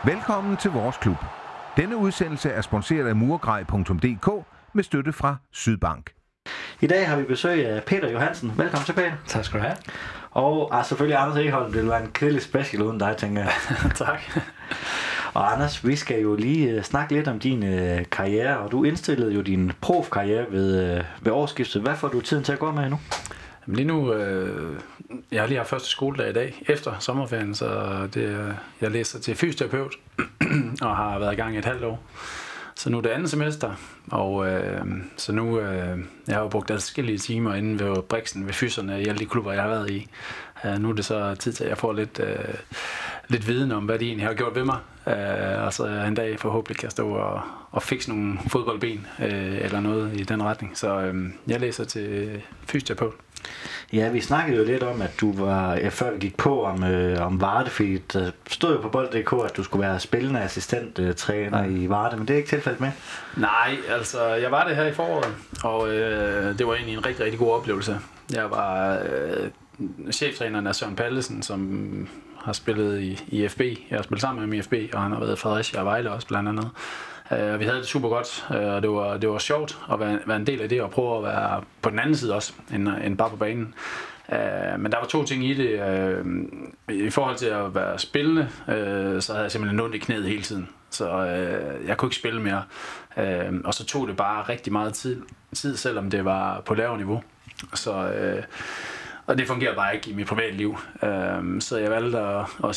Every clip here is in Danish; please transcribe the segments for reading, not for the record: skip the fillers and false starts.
Velkommen til vores klub. Denne udsendelse er sponsoreret af Murgrej.dk med støtte fra Sydbank. I dag har vi besøg af Peter Johansen. Velkommen til, Peter. Tak skal du have. Og selvfølgelig Anders Egholm. Det vil være en kedelig special uden dig, tænker jeg. Tak. Og Anders, vi skal jo lige snakke lidt om din karriere, og du indstillede jo din profkarriere ved årsskiftet. Hvad får du tiden til at gå med nu? Lige nu, jeg har lige haft første skoledag i dag, efter sommerferien, så jeg læser til fysioterapeut, og har været i gang i et halvt år. Så nu er det andet semester, og så nu, jeg har jo brugt adskillige timer inde ved Brixen, ved fyserne, i alle de klubber, jeg har været i. Nu er det så tid til, at jeg får lidt viden om, hvad de egentlig har gjort ved mig. Og så en dag forhåbentlig kan jeg stå og fikse nogle fodboldben, eller noget i den retning. Så jeg læser til fysioterapeut. Ja, vi snakkede jo lidt om, at du var, før vi gik på om Varde, fordi der stod jo på bold.dk, at du skulle være spillende assistenttræner i Varde, men det er ikke tilfældet med? Nej, altså jeg var det her i foråret, og det var egentlig en rigtig, rigtig god oplevelse. Jeg var cheftræneren af Søren Pallesen, som har spillet i FB. Jeg har spillet sammen med ham i FB, og han har været i Fredericia og Vejle også blandt andet. Vi havde det super godt, og det var sjovt at være en del af det, og prøve at være på den anden side også, end bare på banen. Men der var to ting i det. I forhold til at være spillende, så havde jeg simpelthen ondt i knæet hele tiden. Så jeg kunne ikke spille mere. Og så tog det bare rigtig meget tid, selvom det var på lavere niveau. Så... Og det fungerer bare ikke i mit privatliv. Så jeg valgte at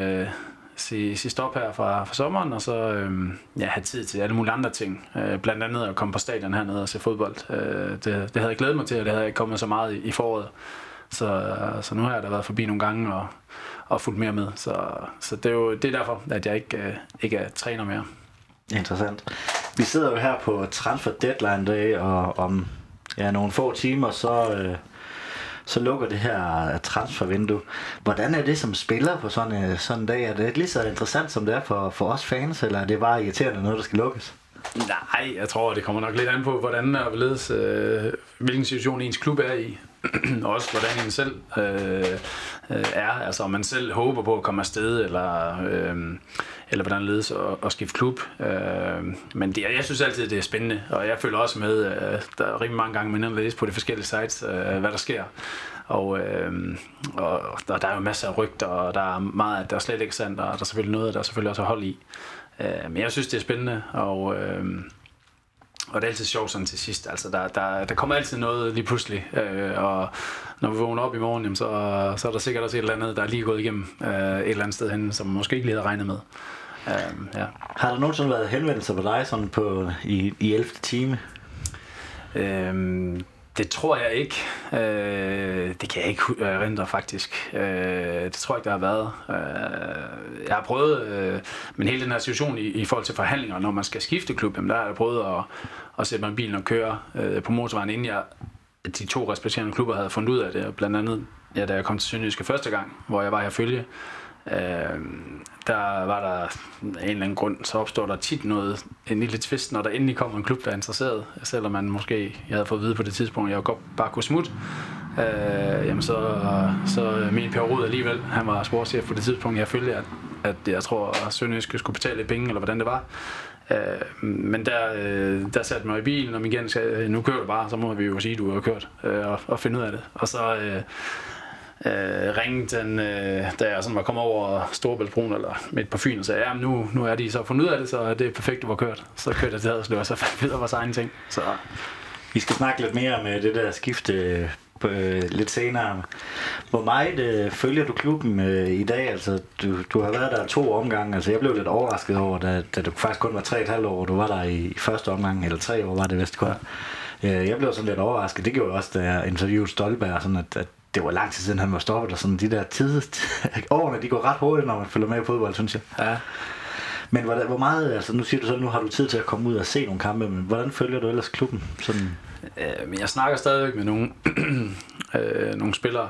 sige stop her fra sommeren, og så have tid til alle mulige andre ting. Blandt andet at komme på stadion hernede og se fodbold. Det havde jeg glædet mig til, og det havde jeg ikke kommet så meget i foråret. Så nu har jeg da været forbi nogle gange og fulgt mere med. Så det er derfor, at jeg ikke er træner mere. Interessant. Vi sidder jo her på Transfer Deadline Day, og om nogle få timer, så lukker det her transfervindue. Hvordan er det som spiller på sådan en dag? Er det lige så interessant, som det er for os fans, eller er det bare irriterende noget, der skal lukkes? Nej, jeg tror, det kommer nok lidt an på, hvordan og hvorledes, hvilken situation ens klub er i. Og også hvordan en selv er. Altså om man selv håber på at komme afsted, eller hvordan ledes at skifte klub. Men jeg synes altid, det er spændende, og jeg føler også med, der er rimelig mange gange, man kan læse på de forskellige sites, hvad der sker. Og der er jo masser af rygter, og der er meget, der er slet ikke sandt, og der er selvfølgelig noget, der er selvfølgelig også hold i. Men jeg synes, det er spændende, og det er altid sjovt sådan til sidst. Altså der kommer altid noget lige pludselig, og når vi vågner op i morgen, jamen, så er der sikkert også et eller andet, der er lige gået igennem et eller andet sted hen, som man måske ikke lige havde regnet med. Ja. Har der nogensinde været henvendelser på dig sådan i 11. time? Det tror jeg ikke. Det kan jeg ikke erindre faktisk. Det tror jeg ikke, der har været. Jeg har prøvet, men hele den her situation i forhold til forhandlinger, når man skal skifte klub, der har jeg prøvet at sætte mig i bilen og køre på motorvejen, inden de to respekterende klubber havde fundet ud af det. Blandt andet, da jeg kom til Sønderjyske første gang, hvor jeg var her følge, der var der en eller anden grund, så opstår der tit en lille twist, når der endelig kommer en klub, der er interesseret, selvom man måske, jeg havde fået at vide på det tidspunkt, jeg godt bare kunne smutte. Jamen så min Per Rud alligevel, han var sportschef på det tidspunkt, jeg følte, at jeg tror, at Sønderjyske skulle betale lidt penge, eller hvordan det var. Men der satte mig i bilen, og min igen sagde, nu kører du bare, så må vi jo sige, at du har kørt, og finde ud af det. Og så ringede den, da jeg sådan var kommet over Storebæltsbroen eller midt på Fyn, og sagde, ja, nu er de så fundet ud af det, så det er perfekt, du var kørt. Så kørte jeg til Haderslev, og så fandt vi ud af vores egen ting. Så. Vi skal snakke lidt mere med det der skifte lidt senere. Hvor meget følger du klubben i dag? Altså, du har været der 2 omgange. Altså, jeg blev lidt overrasket over, da du faktisk kun var 3,5 år, du var der i første omgang, eller 3 år var det vist kun. Jeg blev sådan lidt overrasket. Det gjorde jeg også, da jeg interviewede Stolberg, sådan at det var lang tid siden, han var stoppet, og sådan de der årene, de går ret hurtigt, når man følger med i fodbold, synes jeg. Ja. Men hvor meget, altså nu siger du så, nu har du tid til at komme ud og se nogle kampe, men hvordan følger du ellers klubben? Sådan? Men jeg snakker stadigvæk med nogle spillere,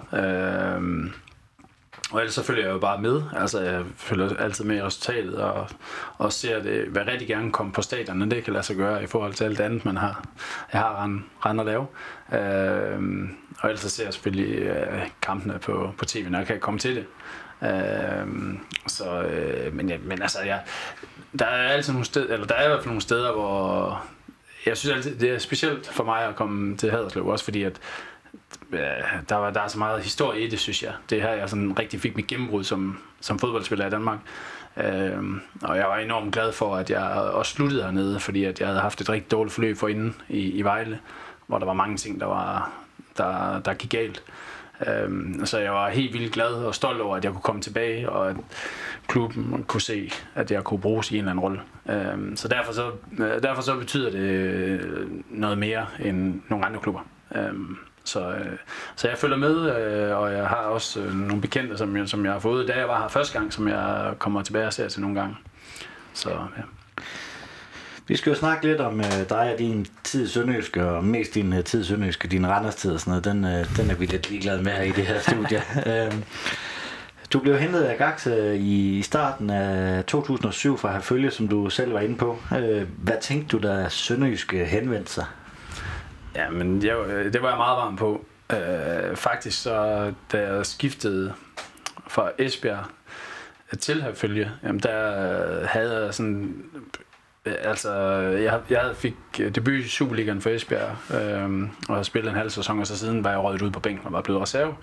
og ellers så følger jeg jo bare med. Altså jeg følger altid med i resultatet, og ser det, hvad rigtig gerne komme på stadion, og det kan lade sig gøre i forhold til alt det andet, jeg har rende at lave. Og ellers så ser jeg selvfølgelig kampene på tv, når jeg kan komme til det. Så, men altså, der er altid nogle steder, eller der er i hvert fald nogle steder, hvor jeg synes altid, det er specielt for mig at komme til Haderslev, også fordi at der er så meget historie i det, synes jeg. Det her, jeg sådan rigtig fik mit gennembrud som fodboldspiller i Danmark. Og jeg var enormt glad for, at jeg også sluttede hernede, fordi at jeg havde haft et rigtig dårligt forløb forinden i Vejle, hvor der var mange ting, der gik galt. Så jeg var helt vildt glad og stolt over, at jeg kunne komme tilbage, og at klubben kunne se, at jeg kunne bruges i en eller anden rolle. Så derfor så betyder det noget mere end nogle andre klubber. Så jeg følger med, og jeg har også nogle bekendte, som jeg har fået, da jeg var her første gang, som jeg kommer tilbage og ser til nogle gange. Så ja. Vi skal jo snakke lidt om dig og din tid i Sønderjyske, og mest din tid i Sønderjyske, din Randers-tid og sådan noget. Den er vi lidt ligeglade med her i det her studie. Du blev hentet af Gaxe i starten af 2007 fra Herfølge, som du selv var inde på. Hvad tænkte du, da Sønderjyske henvendte sig? Ja, men det var jeg meget varm på. Faktisk så, da jeg skiftede fra Esbjerg til Herfølge, jamen der havde jeg sådan... Altså, jeg fik debut i Superligaen for Esbjerg, og har spillet en halv sæson, og så siden var jeg røget ud på bænken og var blevet reserve.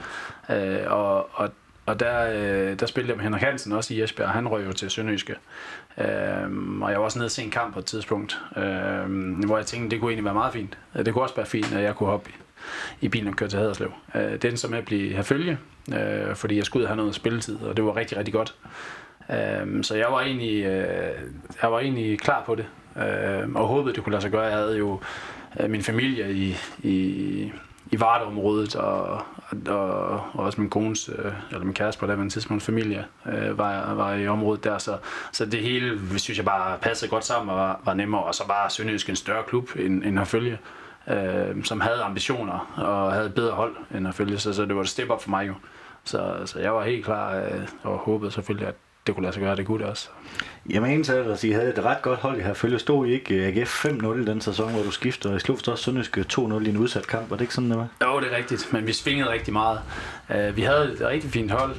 Og der spillede jeg med Henrik Hansen også i Esbjerg, han røg jo til Sønderjyske. Og jeg var også nede og se en kamp på et tidspunkt, hvor jeg tænkte, det kunne egentlig være meget fint. Det kunne også være fint, at jeg kunne hoppe i bilen og køre til Haderslev. Det endte så med at blive Herfølge, fordi jeg skulle have noget spilletid, og det var rigtig, rigtig godt. Så jeg var egentlig klar på det, og håbede, det kunne lade sig gøre. Jeg havde jo min familie i Varde-området, og også min kones, eller min kæreste på det tidspunkt, familie, var i området der. Så det hele, synes jeg, bare passede godt sammen og var nemmere. Og så var Sønderjysk en større klub end Herfølge, som havde ambitioner og havde bedre hold end Herfølge, så det var et step up for mig jo. Så jeg var helt klar og håbede selvfølgelig, at det kunne lade sig gøre, det kunne det også. Jeg mener at I havde et ret godt hold i Herfølge. Stod I ikke AGF 5-0 i den sæson, hvor du skiftede, og I slog også Sønderjyske 2-0 i en udsat kamp? Var det ikke sådan, det var? Jo, det er rigtigt, men vi svingede rigtig meget. Vi havde et rigtig fint hold.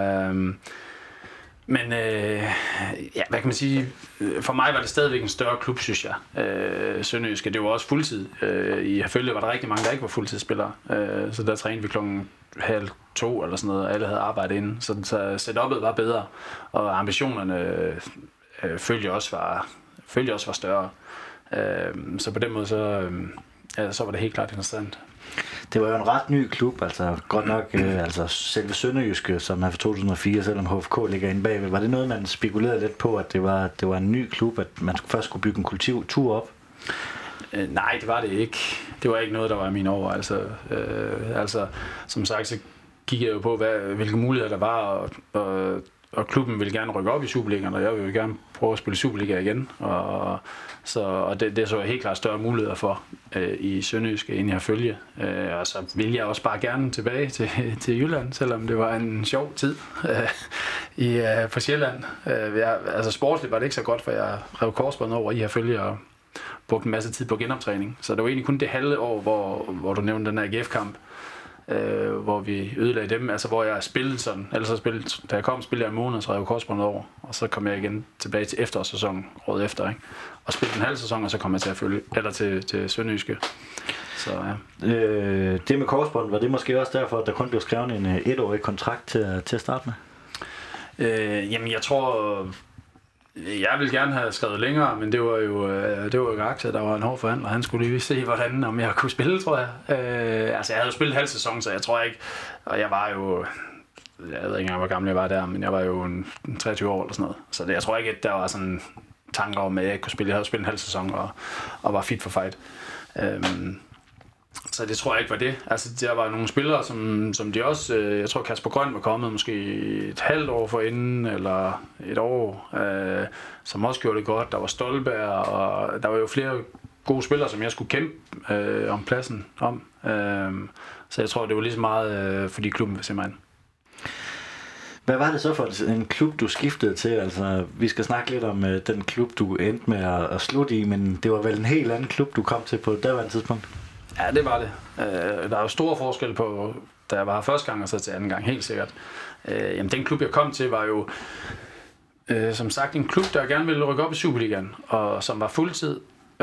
Men hvad kan man sige? For mig var det stadigvæk en større klub, synes jeg. Sønderjyske, det var også fuldtid. I Herfølge var der rigtig mange, der ikke var fuldtidsspillere. Så der trænede vi 1:30 eller sådan noget, og alle havde arbejdet inde. Så setup'et var bedre, og ambitionerne følge også var større. Så på den måde, så var det helt klart interessant. Det var jo en ret ny klub, altså godt nok altså selve Sønderjyske, som er fra 2004, selvom HFK ligger inde bagved. Var det noget, man spekulerede lidt på, at det var en ny klub, at man først skulle bygge en kultur op? Nej, det var det ikke. Det var ikke noget, der var i mine overvejelser. Altså, som sagt, så kiggede jeg jo på, hvilke muligheder der var, og klubben ville gerne rykke op i Superligaen, og jeg vil jo gerne prøve at spille Superliga igen. Og det så jeg helt klart større muligheder for i Sønderjyske, end jeg følge. Og så ville jeg også bare gerne tilbage til Jylland, selvom det var en sjov tid på Sjælland. Altså sportsligt var det ikke så godt, for jeg rev korsbåndet over i Herfølge og brugte en masse tid på genoptræning. Så det var egentlig kun det halve år, hvor du nævnte den her AGF-kamp, hvor vi ødelagde dem, altså hvor jeg spillede sådan, da jeg kom, spillede jeg en måned, så rev korsbåndet over, og så kom jeg igen tilbage til efterårssæsonen, året efter, ikke? Og spillede en halv sæson, og så kom jeg til Sønderjyske. Så ja. Det med korsbåndet, var det måske også derfor, at der kun blev skrevet en etårig kontrakt til at starte med? Jamen jeg tror, jeg ville gerne have skrevet længere, men det var jo Gaxe, der var en hård forhandler. Han skulle lige se, om jeg kunne spille, tror jeg. Altså, jeg havde jo spillet halv sæson, så jeg tror ikke... Og jeg var jo... Jeg ved ikke engang, hvor gammel jeg var der, men jeg var jo 23 år eller sådan noget. Så jeg tror ikke, at der var sådan tanker om, at jeg ikke kunne spille. Jeg havde spillet en halv sæson og var fit for fight. Så det tror jeg ikke var det. Altså, der var nogle spillere, som de også... Jeg tror, Kasper Grøn var kommet måske et halvt år forinden, eller et år, som også gjorde det godt. Der var Stolberg, og der var jo flere gode spillere, som jeg skulle kæmpe om pladsen om. Så jeg tror, det var lige så meget, fordi klubben vil se mig ind. Hvad var det så for en klub, du skiftede til? Altså, vi skal snakke lidt om den klub, du endte med at slutte i, men det var vel en helt anden klub, du kom til på et daværende tidspunkt? Ja, det var det. Der er jo store forskel på, da jeg var her første gang og så til anden gang, helt sikkert. Jamen, den klub, jeg kom til, var jo som sagt en klub, der gerne ville rykke op i Superligaen, og som var fuldtid,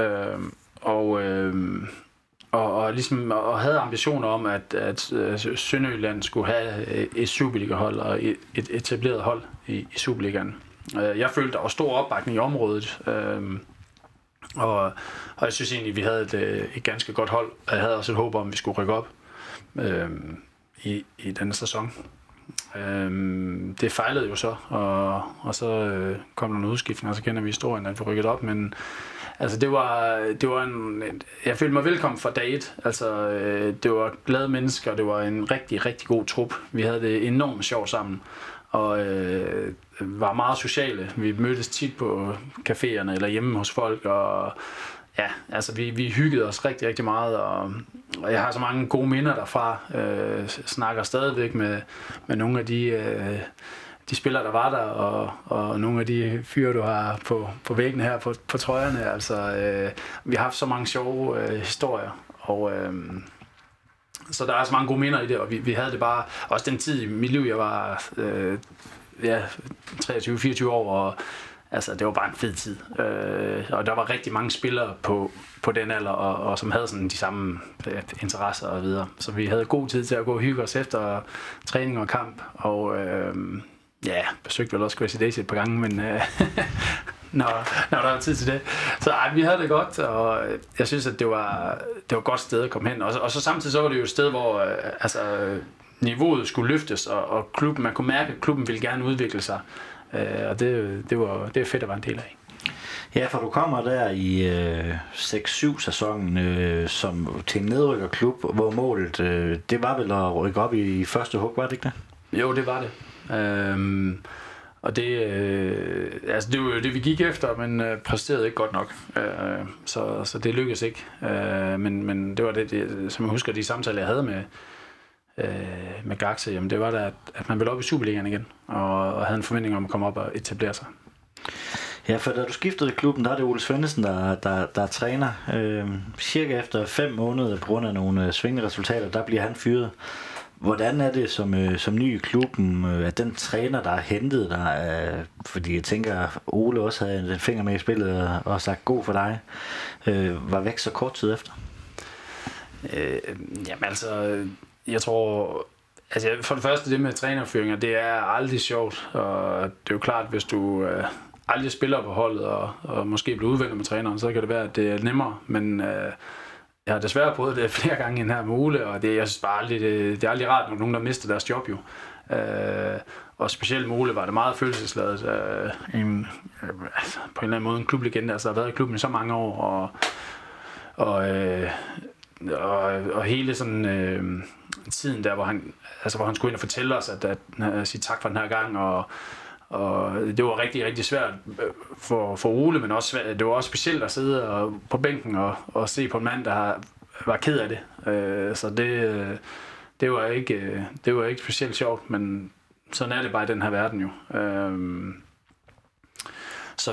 og ligesom og havde ambitioner om, at Sønderjylland skulle have et Superliga-hold og et etableret hold i Superligaen. Jeg følte, der var stor opbakning i området, og jeg synes egentlig, at vi havde et ganske godt hold. Jeg havde også et håb om, at vi skulle rykke op i denne sæson. Det fejlede jo så, og så kom der en udskiftning, og så kender vi historien, at vi rykkede op, men altså det var jeg følte mig velkommen fra dag 1. Altså det var glade mennesker, det var en rigtig, rigtig god trup. Vi havde det enormt sjovt sammen, og var meget sociale. Vi mødtes tit på caféerne eller hjemme hos folk, og ja, altså vi hyggede os rigtig, rigtig meget, og jeg har så mange gode minder derfra. Snakker stadigvæk med nogle af de spillere, der var der, og nogle af de fyre, du har på væggen her på trøjerne. Altså, vi har haft så mange sjove historier, og så der er så mange gode minder i det, og vi havde det bare, også den tid i mit liv, jeg var 23-24 år, og altså, det var bare en fed tid. Og der var rigtig mange spillere på den alder, og som havde sådan de samme interesser og videre. Så vi havde god tid til at gå og hygge os efter træning og kamp, og besøgte vel også Crazy Daisy et par gange, men når der var tid til det. Så vi havde det godt, og jeg synes, at det var et godt sted at komme hen. Og så samtidig så var det jo et sted, hvor niveauet skulle løftes, og klubben, man kunne mærke, at klubben ville gerne udvikle sig. Og det er fedt at være en del af. Ja, for du kommer der i 6-7 sæsonen som til en nedrykkerklub, hvor målet det var vel at rykke op i første hug, var det ikke det? Jo, det var det. Og det det var jo det, vi gik efter, men præsterede ikke godt nok. Så det lykkedes ikke. Men det var det, som jeg husker, de samtaler, jeg havde med Gaxe, jamen det var da, at man ville op i Superligaen igen, og havde en forventning om at komme op og etablere sig. Ja, for da du skiftede klubben, der er det Ole Svendsen, der er træner. Cirka efter 5 måneder på grund af nogle svingende resultater, der bliver han fyret. Hvordan er det som ny i klubben, at den træner, der er hentet der, fordi jeg tænker, Ole også havde en finger med i spillet og sagt god for dig, var væk så kort tid efter? Jamen altså, jeg tror, altså for det første det med trænerføringer, det er aldrig sjovt, og det er jo klart, hvis du aldrig spiller på holdet og måske bliver udvendt med træneren, så kan det være, at det er nemmere, men jeg har desværre prøvet det flere gange i den her Ole, og jeg synes bare aldrig, det er aldrig rart, når nogen der mister deres job jo. Og specielt med Ole var det meget følelsesladet. På en eller anden måde en klublegende, altså har været i klubben i så mange år, og hele sådan tiden der, hvor han skulle ind og fortælle os, at sige tak for den her gang, og det var rigtig, rigtig svært for Ole, men også svært, det var også specielt at sidde på bænken og se på en mand, der var ked af det. Så det var ikke specielt sjovt, men sådan er det bare i den her verden jo. Så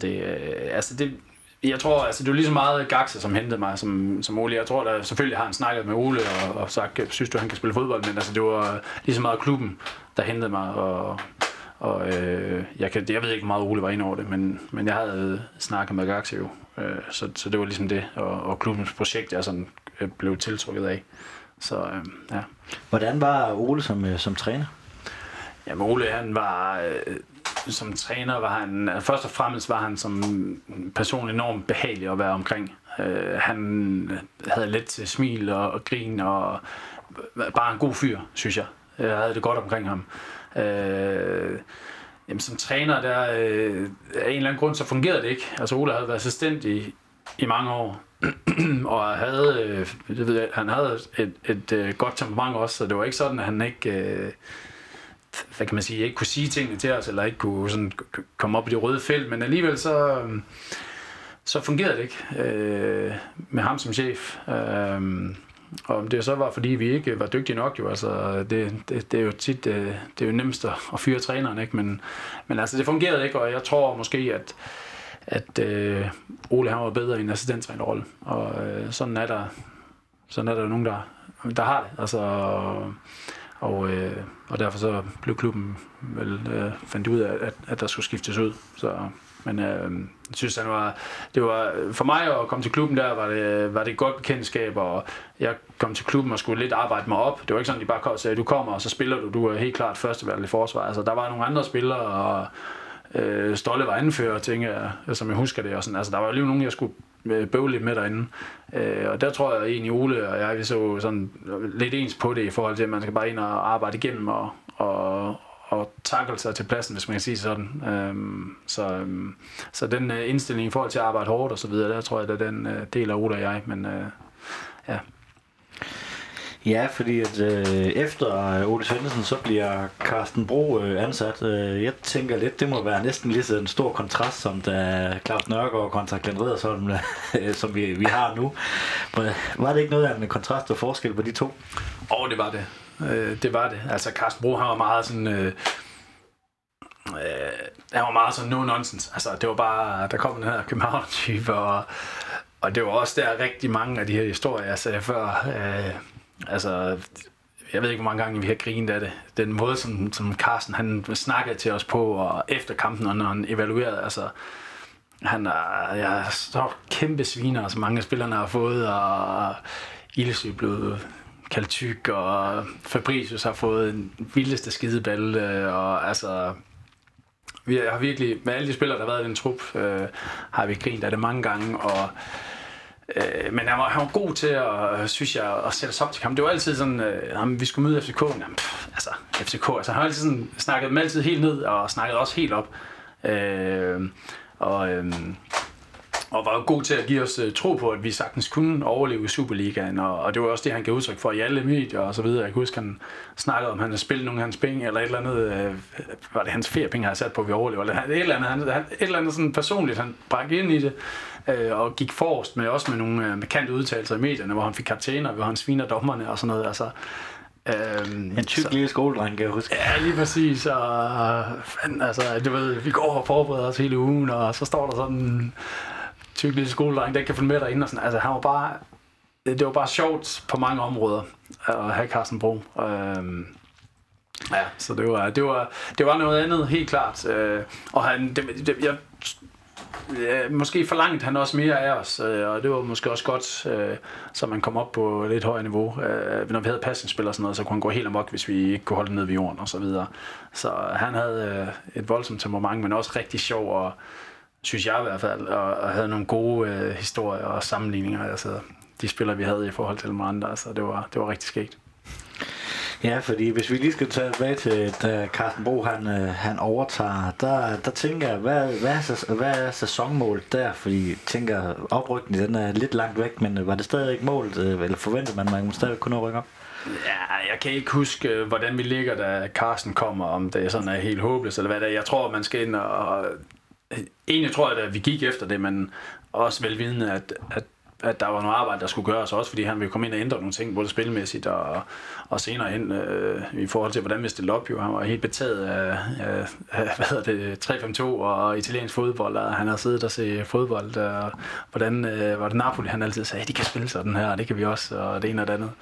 jeg tror, det var lige så meget Gaxe, som hentede mig som Ole. Jeg tror, der selvfølgelig har han snakket med Ole og sagt, synes du, han kan spille fodbold, men det var lige så meget klubben, der hentede mig, og jeg ved ikke, hvor meget Ole var inde over det, men jeg havde snakket med Gaxe jo, så det var ligesom det, og klubbens projekt, jeg sådan blev tiltrukket af. Så ja. Hvordan var Ole som træner? Jamen Ole, han var som træner, var han først og fremmest var han som person enormt behagelig at være omkring. Han havde let til smil og grin, og bare en god fyr, synes jeg. Jeg havde det godt omkring ham. Jamen, som træner, der af en eller anden grund, så fungerede det ikke. Altså Ole havde været assistent i mange år, og han havde et godt temperament også, så det var ikke sådan, at han ikke, hvad kan man sige, ikke kunne sige tingene til os, eller ikke kunne sådan komme op i det røde felt, men alligevel så fungerede det ikke med ham som chef. Og det så var, fordi vi ikke var dygtige nok, jo. Altså, det er jo tit, det er jo nemmest at fyre træneren, ikke? Men altså, det fungerede ikke, og jeg tror måske, at Ole han var bedre i en assistenttrænerrolle. Og sådan er der nogen, der har det. Altså, Og derfor så blev klubben vel fandt ud af, at der skulle skiftes ud. Så, men jeg synes, det var for mig at komme til klubben der, var det et godt bekendtskab, og jeg kom til klubben og skulle lidt arbejde mig op. Det var ikke sådan, de bare sagde, du kommer, og så spiller du er helt klart førstevalg i forsvaret. Altså, der var nogle andre spillere, og Stolle var anfører, tænker jeg, som jeg husker det. Og sådan. Altså, der var jo lige nogen, jeg skulle bøvle lidt med derinde. Og der tror jeg egentlig, Ole og jeg, vi så sådan lidt ens på det i forhold til, at man skal bare ind og arbejde igennem og tackle sig til pladsen, hvis man kan sige sådan. Så den indstilling i forhold til at arbejde hårdt og så videre, der tror jeg, det er den del af Ole og jeg. Men ja. Ja, fordi at efter Ole Svendsen, så bliver Carsten Bro ansat. Jeg tænker lidt, det må være næsten lige så en stor kontrast, som da Claus Nørgaard kontra Glenn Riddersholm, som vi har nu. Var det ikke noget af en kontrast og forskel på de to? Det var det. Det var det. Altså Carsten Bro, han var meget sådan... han var meget sådan no-nonsense. Altså, det var bare... Der kom den her København-type, og det var også der rigtig mange af de her historier, jeg sagde før... Altså, jeg ved ikke, hvor mange gange vi har grinet af det. Den måde, som Carsten han snakkede til os på, og efter kampen, når han evaluerede, altså, han er så kæmpe sviner, som mange af spillerne har fået, og Ilse er blevet kaldt tyk, og Fabricius har fået en vildeste skideballe, og altså... Vi har virkelig, med alle de spillere, der har været i den trup, har vi grint af det mange gange, og men han var god til at, synes jeg, at sætte sig op til kamp. Det var altid sådan, vi skulle møde FCK. Jamen, FCK, altså han har altid sådan, snakket dem altid helt ned, og snakket også helt op. Og var god til at give os tro på, at vi sagtens kunne overleve i Superligaen, og det var også det, han gav udtryk for i alle medier og så videre. Jeg kan huske, han snakkede om, han havde spillet nogle af hans penge, eller et eller andet, var det hans feriepenge, han havde sat på, at vi overlever, eller et eller andet sådan personligt, han bragte ind i det, og gik forrest også med nogle markante udtalelser i medierne, hvor han fik kaptajner, hvor han sviner dommerne og sådan noget, altså. En tyk lille skoledreng, kan jeg huske. Ja, lige præcis, og altså, du ved, vi går og forbereder os hele ugen, og så står der sådan en tyk lille skoledreng, der kan følge med derinde, og sådan, altså han var bare, det var bare sjovt på mange områder at have Carsten Bro. Ja, så det var noget andet, helt klart, og han, måske forlangte han også mere af os, og det var måske også godt, så man kom op på lidt højere niveau. Når vi havde passningsspil og sådan noget, så kunne han gå helt amok, hvis vi ikke kunne holde det nede ved jorden og så videre. Så han havde et voldsomt temperament, men også rigtig sjov, og synes jeg i hvert fald, og havde nogle gode historier og sammenligninger. Altså de spillere, vi havde i forhold til nogle andre, altså det var rigtig skægt. Ja, fordi hvis vi lige skal tage tilbage til, da Carsten Bro han overtager, der tænker jeg, hvad er sæsonmålet der? Fordi jeg tænker, oprykningen den er lidt langt væk, men var det stadig ikke målet, eller forventer man stadig kunne rykke op? Ja, jeg kan ikke huske, hvordan vi ligger, da Carsten kommer, om det sådan er helt håbløst, eller hvad det er. Jeg tror, man skal ind og... Egentlig tror jeg, at vi gik efter det, men også velvidende, at der var noget arbejde, der skulle gøres også, fordi han ville komme ind og ændre nogle ting, både spilmæssigt og senere hen i forhold til, hvordan vi stillede op. Jo. Han var helt betaget af 3-5-2 og italiensk fodbold, og han har siddet og set fodbold, og hvordan var det Napoli, han altid sagde, de kan spille sådan her, og det kan vi også, og det ene og det andet.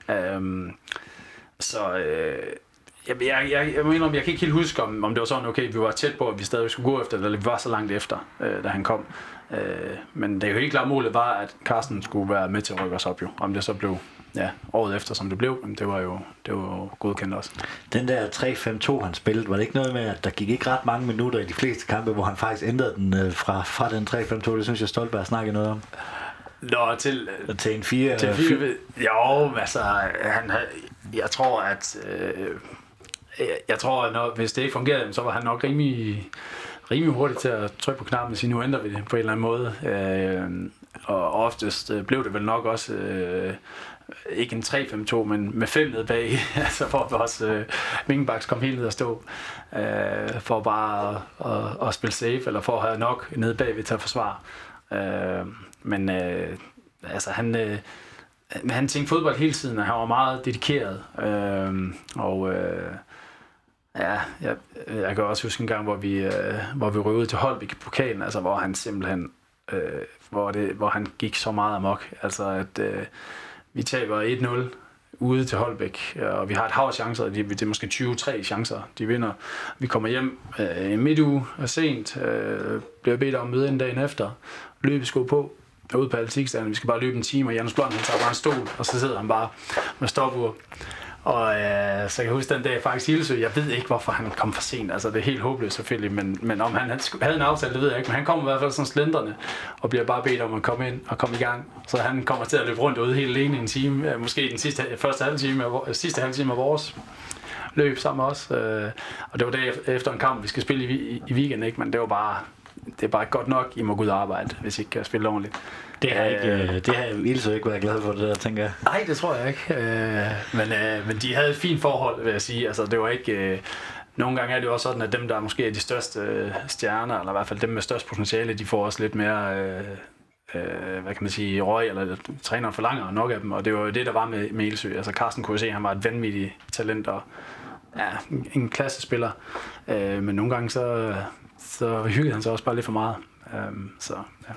Jeg mener, jeg kan ikke helt huske, om det var sådan, okay, vi var tæt på, at vi stadig skulle gå efter, eller vi var så langt efter, da han kom. Men det er jo helt klart, målet var, at Carsten skulle være med til at rykke os op, jo. Om det så blev året efter, som det blev, det var jo godkendt også. Den der 3-5-2, han spillede, var det ikke noget med, at der gik ikke ret mange minutter i de fleste kampe, hvor han faktisk ændrede den fra den 3-5-2, det synes jeg Stolberg snakkede noget om. Nå, til en 4. Jo, altså, jeg tror, at hvis det ikke fungerede, så var han nok rimelig hurtigt til at trykke på knappen og sige, nu ændrer vi det på en eller anden måde. Og oftest blev det vel nok også ikke en 3-5-2, men med 5 ned bag, altså for at vores vingebaks kom helt ned at stå, for bare at spille safe, eller for at have nok nede bagved til at forsvare. Men altså han tænkte fodbold hele tiden, og han var meget dedikeret, jeg kan også huske en gang, hvor vi røvede til Holbæk i pokalen, altså hvor han simpelthen hvor han gik så meget amok, altså at vi taber 1-0 ude til Holbæk, og vi har et hav af chancer, det er måske 23 chancer, de vinder. Vi kommer hjem en midtuge sent, bliver bedt om at møde en dagen efter, løbesko på, ude på atletikstanden, vi skal bare løbe en time, og Janus Blond, han tager bare en stol, og så sidder han bare med stopur. Og så kan jeg huske den dag faktisk Ilsø, jeg ved ikke hvorfor han kom for sent, altså det er helt håbløst selvfølgelig, men om han havde en aftale, det ved jeg ikke, men han kommer i hvert fald sådan slendrende og bliver bare bedt om at komme ind og komme i gang, så han kommer til at løbe rundt ude helt alene i en time, måske den sidste halve time af vores løb sammen med os, og det var dag efter en kamp, vi skal spille i weekenden, ikke? Men det er bare ikke godt nok, I må gå ud og arbejde, hvis I ikke kan spille ordentligt. Det har Ilse ikke været glad for, det der, tænker jeg. Nej, det tror jeg ikke. Men de havde et fint forhold, vil jeg sige. Altså, det var ikke... Nogle gange er det jo også sådan, at dem, der måske er de største stjerner, eller i hvert fald dem med størst potentiale, de får også lidt mere... hvad kan man sige, røg, eller træneren forlanger nok af dem, og det var jo det, der var med Ilsø. Altså Carsten kunne se, han var et vanvittigt talent, og en klassespiller. Men nogle gange så hyggede han sig også bare lidt for meget. Så, ja.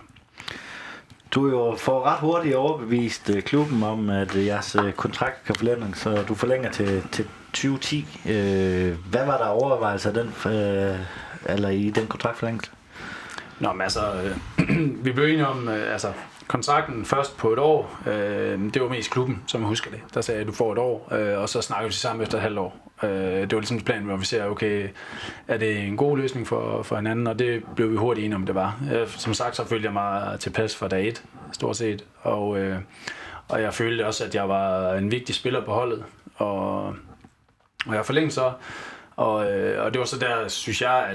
Du jo får ret hurtigt overbevist klubben om, at jeres kontrakt kan forlænges, så du forlænger til 2010. Hvad var der overvejelser eller i den kontraktforlængelse? Nå, men altså, vi blev enige om, kontrakten først på et år. Det var mest klubben, som jeg husker det. Der sagde jeg, at du får et år, og så snakker vi sammen efter et halvt år. Det var ligesom planen, hvor vi ser, okay, er det en god løsning for hinanden, og det blev vi hurtigt enige om, det var. Som sagt, så følte jeg mig tilpas fra dag 1, stort set, og jeg følte også, at jeg var en vigtig spiller på holdet, og jeg forlængede så, og det var så der, synes jeg,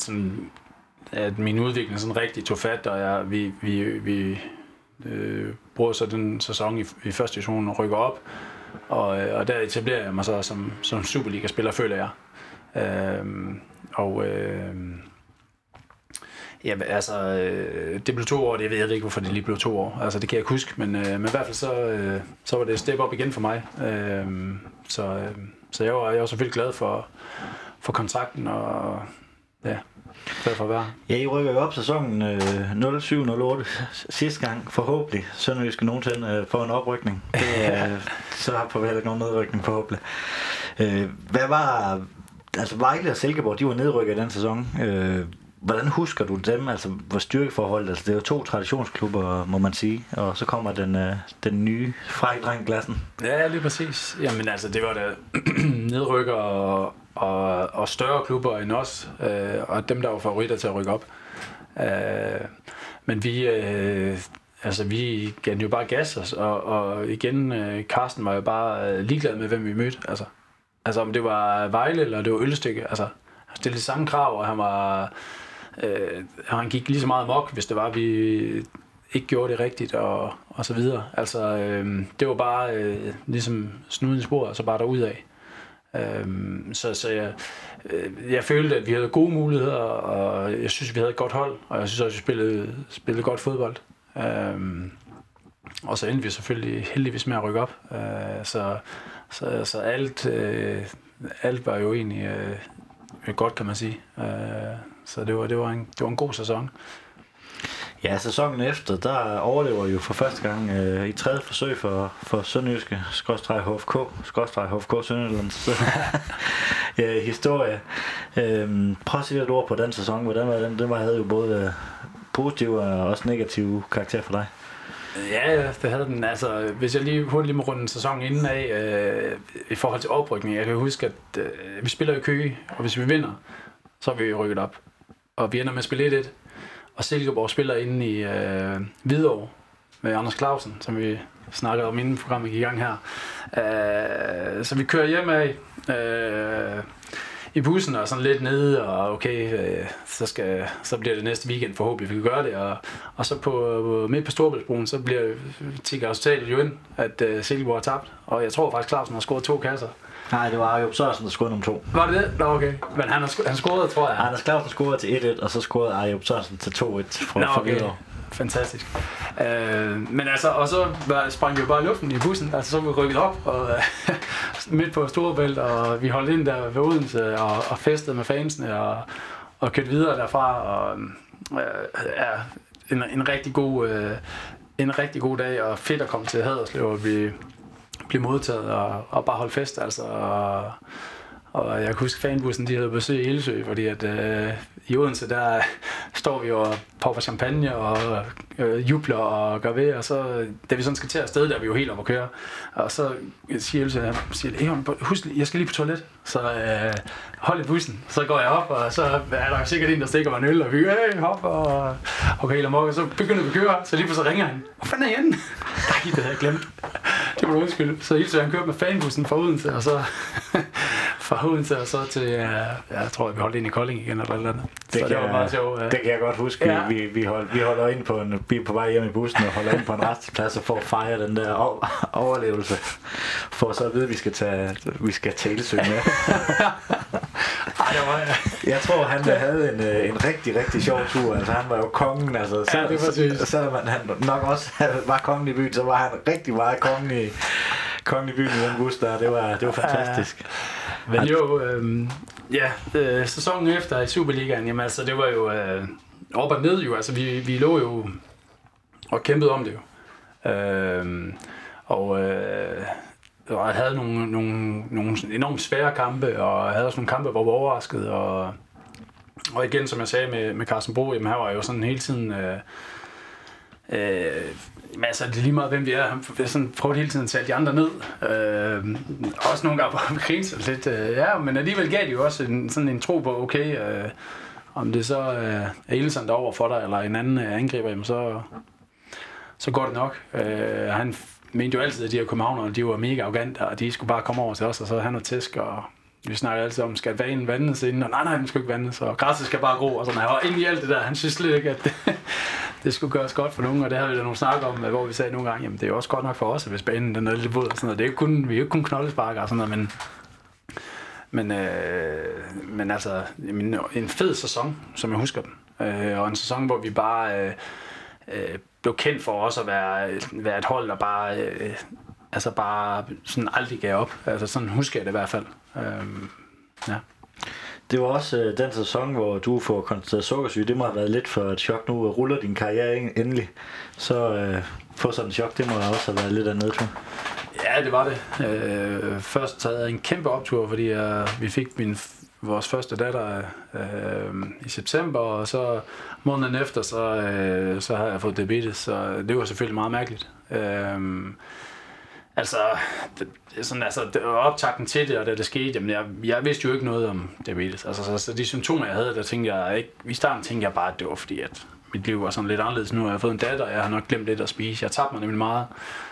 at min udvikling sådan rigtig tog fat, og vi bruger så den sæson i første division og rykker op, og der etablerer jeg mig så som Superliga-spiller, føler jeg. Det blev 2 år, det ved jeg ikke, hvorfor det lige blev 2 år. Altså, det kan jeg ikke huske, men i hvert fald så var det step op igen for mig. Så jeg var selvfølgelig glad for kontrakten, og ja, glad for at være. Ja, I rykker jo op sæsonen 07-08 sidste gang, forhåbentlig. Sønderjyske nogensinde får en oprykning. Så får vi heller ikke nogen nedrykning, forhåbentlig. Hvad var... Altså Vejle og Silkeborg, de var nedrykket i den sæson. Hvordan husker du dem? Altså, hvor styrkeforholdet? Altså, det er jo 2 traditionsklubber, må man sige. Og så kommer den nye Frækdreng-klassen. Ja, lige præcis. Jamen altså, det var da nedrykker og større klubber end os. Og dem, der var favoritter til at rykke op. Men vi gav jo bare gas. Og igen, Carsten var jo bare ligeglad med, hvem vi mødte. Altså om det var Vejle eller det var Ølstykke. Altså, han stillede samme krav, og han gik lige så meget amok, hvis det var, vi ikke gjorde det rigtigt, og så videre. Altså, det var bare ligesom snuden i spor, og så bare derudad. Så jeg følte, at vi havde gode muligheder, og jeg synes, vi havde et godt hold, og jeg synes også, at vi spillede godt fodbold. Og så endte vi selvfølgelig heldigvis med at rykke op. Så alt var jo egentlig godt, kan man sige. Så det var en god sæson. Ja, sæsonen efter, der overlever jo for første gang i 3. forsøg for Sønderjyske /HFK Sønderjyllands historie. Prøv at sige lidt ord på den sæson. Hvordan var den? Den havde jo både positive og også negative karakterer for dig. Ja, det havde den. Altså, hvis jeg lige hurtigt må runde en sæson inden af i forhold til oprykning. Jeg kan huske, at vi spiller i Køge, og hvis vi vinder, så er vi rykket op. Og vi ender med at spille 1-1. Og Silkeborg spiller inde i Hvidovre med Anders Clausen, som vi snakkede om inden programmet gik i gang her. Så vi kører hjem af i bussen og sådan lidt nede, og okay, så bliver det næste weekend forhåbentlig, vi kan gøre det. Og så midt på Storebæltsbroen, så tigger resultatet jo ind, at Silkeborg har tabt. Og jeg tror faktisk, Clausen har scoret 2 kasser. Nej, det var Ajup Sørensen, der scorede nummer 2. Var det det? Nå, okay. Men han scorede, tror jeg. Anders Clausen scorede til 1-1, og så scorede Ajup Sørensen til 2-1 fra Hvidovre. Fantastisk. Men altså, og så sprang vi jo bare i luften i bussen, altså så vi rykket op og midt på Storebælt, og vi holdt ind der ved Odense og festede med fansene og kørte videre derfra, og en rigtig god dag, og fedt at komme til Haderslev og blive blive modtaget og bare holde fest, altså. Og jeg kan huske fanbussen, de havde besøg i Ildsø, fordi at i Odense, der står vi og popper champagne og jubler og gør ved, og så, da vi sådan skal til afsted, der er vi jo helt op at køre, og så siger Ildsø, husk, jeg skal lige på toilet, så hold i bussen, så går jeg op, og så er der sikkert en, der stikker mig en øl, og vi hop, og helt amok, og så begynder vi at køre, så lige pludselig ringer han, hvor fanden er jeg henne? Nej, det havde jeg glemt. Det var du undskyld. Så Ildsø, han kørte med fanbussen fra Odense, og så fra Odense og så til, jeg tror, vi holdt ind i Kolding igen eller noget. Det var meget sjovt. Det kan jeg godt huske. Ja. Vi holder ind på en bil på vej hjem i bussen og holder ind på en resteplads for at fejre den der overlevelse. For så at vide, at vi skal tage Ildsø med. Jeg tror, han havde en rigtig, rigtig sjov tur. Altså, han var jo kongen. Altså, selvom han nok også var kongen i byen, så var han rigtig meget kongen i byen i den bus der. Det var fantastisk. Men jo, sæsonen efter i Superligaen, jamen altså, det var jo op og ned jo. Altså, vi lå jo og kæmpede om det jo. Og havde nogle enormt svære kampe, og havde også nogle kampe, hvor vi var overrasket. Og igen, som jeg sagde med Carsten Bro, jamen han var jo sådan hele tiden... men altså, det er lige meget, hvem vi er. Han sådan prøvede hele tiden at tale de andre ned. Også nogle gange på grænsen lidt. Men alligevel gav de jo også sådan en tro på, okay, om det så er Elsen derovre for dig, eller en anden angriber, jamen så går det nok. Han mente jo altid, at de her københavnere, de var mega arrogante, og de skulle bare komme over til os, og så han og tæsk, og vi snakker altid om, skal vanen vandes inden, og nej, den skal ikke vandes, og græsset skal bare gro, og sådan. Og ind i alt det der, han synes slet ikke, at det skulle gøres godt for nogen, og det havde vi da nogle snakker om, hvor vi sagde nogle gange, jamen det er jo også godt nok for os, hvis banen den er lidt våd og sådan noget. Det er jo kun, vi er jo ikke kun knoldesparker og sådan noget, men altså, en fed sæson, som jeg husker den, og en sæson, hvor vi bare blev kendt for også at være et hold, der bare sådan aldrig gav op. Altså sådan husker jeg det i hvert fald. Ja. Det var også den sæson, hvor du får konstateret sukkersyge. Det må have været lidt for et chok. Nu ruller din karriere endelig. Så få sådan et chok, det må også have været lidt af en nedtur. Ja, det var det. Først havde jeg en kæmpe optur, fordi vi fik vores første datter i september, og så måneden efter, så har jeg fået diabetes, så det var selvfølgelig meget mærkeligt. Optakten til det, og da det skete, jamen jeg vidste jo ikke noget om diabetes. Altså, så de symptomer, jeg havde, der tænkte jeg ikke, i starten tænkte jeg bare, at det var fordi, at mit liv var sådan lidt anderledes. Nu har jeg fået en datter, og jeg har nok glemt lidt at spise. Jeg tabte mig nemlig meget.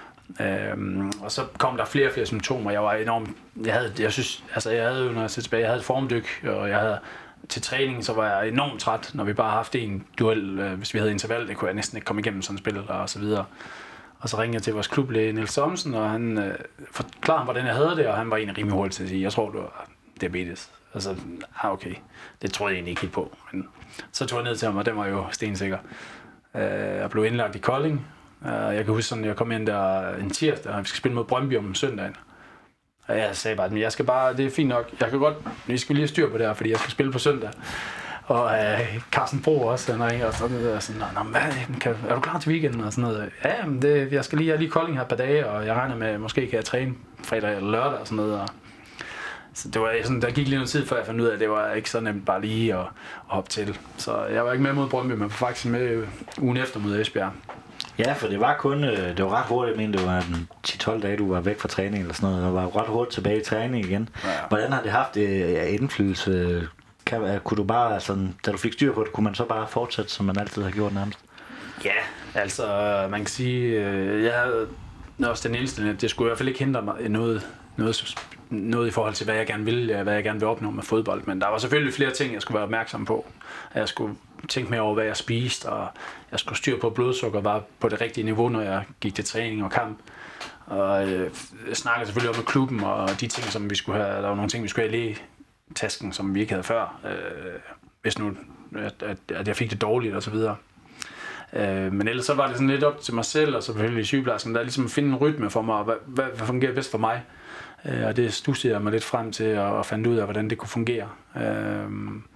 Og så kom der flere og flere symptomer. Jeg var enormt, jeg havde jo, når jeg ser tilbage, jeg havde et formdyk, og jeg havde til træning, så var jeg enormt træt, når vi bare haft en duel, hvis vi havde interval, det kunne jeg næsten ikke komme igennem sådan et spil, og så videre. Og så ringede jeg til vores klublæge, Niels Thomsen, og han forklarede, hvordan jeg havde det, og han var egentlig rimelig hurtigt til at sige, jeg tror, du har diabetes. Altså, okay, det troede jeg egentlig ikke helt på, men så tog jeg ned til ham, og den var jo stensikker. Jeg blev indlagt i Kolding. Jeg kan huske sådan, jeg kom ind der en tirsdag, og vi skal spille mod Brøndby om søndagen. Og jeg sagde bare, at det er fint nok, vi skal lige have styr på det her, fordi jeg skal spille på søndag. Og Carsten Bro også, han ringer og sådan er du klar til weekenden og sådan noget? Ja, men jeg er lige i Kolding her et par dage, og jeg regner med, måske kan jeg træne fredag eller lørdag og sådan noget. Og så det var sådan, der gik lige noget tid, før jeg fandt ud af, at det var ikke så nemt bare lige at hoppe til. Så jeg var ikke med mod Brøndby, men faktisk med ugen efter mod Esbjerg. Ja, for det var ret hurtigt, men det var 10-12 dage, du var væk fra træning eller sådan noget, og var ret hurtigt tilbage i træning igen. Ja. Hvordan har det haft indflydelse? Kunne du bare, sådan, da du fik styr på det, kunne man så bare fortsætte, som man altid har gjort nærmest? Ja, altså man kan sige, jeg havde også den indstilling, at det skulle i hvert fald ikke hindre mig noget i forhold til, hvad jeg gerne vil opnå med fodbold. Men der var selvfølgelig flere ting, jeg skulle være opmærksom på. Jeg skulle tænke mere over, hvad jeg spiste, og jeg skulle styre på, at blodsukker var på det rigtige niveau, når jeg gik til træning og kamp. Og jeg snakkede selvfølgelig om med klubben, og de ting, som vi skulle have, der var nogle ting, vi skulle have i tasken, som vi ikke havde før, hvis nu, at jeg fik det dårligt og så videre. Men ellers så var det sådan lidt op til mig selv, og så selvfølgelig sygeplejersken, der ligesom at finde en rytme for mig, og hvad fungerer bedst for mig. Og det studsede jeg mig lidt frem til, og fandt ud af, hvordan det kunne fungere.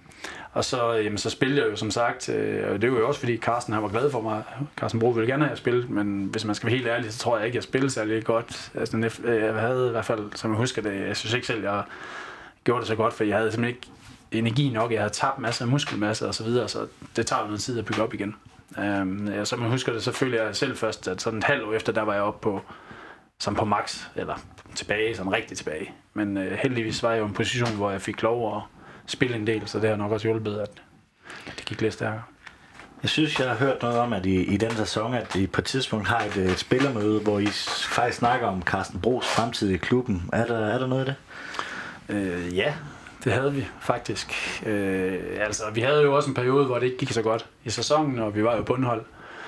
Og så spillede jeg jo som sagt, og det var jo også fordi Carsten han var glad for mig. Carsten Bro ville gerne have spillet, men hvis man skal være helt ærlig, så tror jeg ikke, jeg spillede særlig godt. Altså, jeg havde i hvert fald, som jeg husker det, jeg synes ikke selv, jeg gjorde det så godt, for jeg havde simpelthen ikke energi nok. Jeg havde tabt masser af muskelmasse og så videre, så det tager jo noget tid at bygge op igen. Som jeg husker det, så følte jeg selv først, at sådan et halvt år efter, der var jeg oppe på, som på max, eller tilbage, sådan rigtig tilbage. Men heldigvis var jeg jo i en position, hvor jeg fik lov at spille en del, så det har nok også hjulpet, at det gik lidt stærkere. Jeg synes, jeg har hørt noget om, at i den sæson, at I på et tidspunkt har et spillermøde, hvor I faktisk snakker om Carsten Bros fremtid i klubben. Er der noget af det? Ja, det havde vi faktisk. Altså, vi havde jo også en periode, hvor det ikke gik så godt i sæsonen, og vi var jo bundhold.